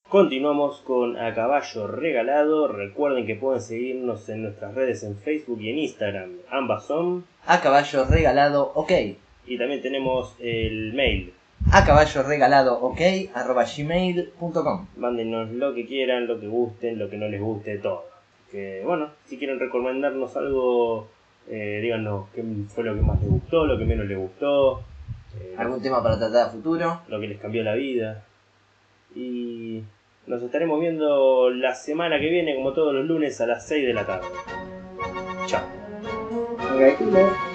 Continuamos con A Caballo Regalado. Recuerden que pueden seguirnos en nuestras redes en Facebook y en Instagram. Ambas son A caballo regalado, ok. Y también tenemos el mail. A caballo regalado, ok, @gmail.com. Mándenos lo que quieran, lo que gusten, lo que no les guste, todo. Que bueno, si quieren recomendarnos algo, díganos qué fue lo que más les gustó, lo que menos les gustó. ¿Algún tema para tratar a futuro? Lo que les cambió la vida. Y nos estaremos viendo la semana que viene, como todos los lunes, a las 6 de la tarde. Chao. Ok.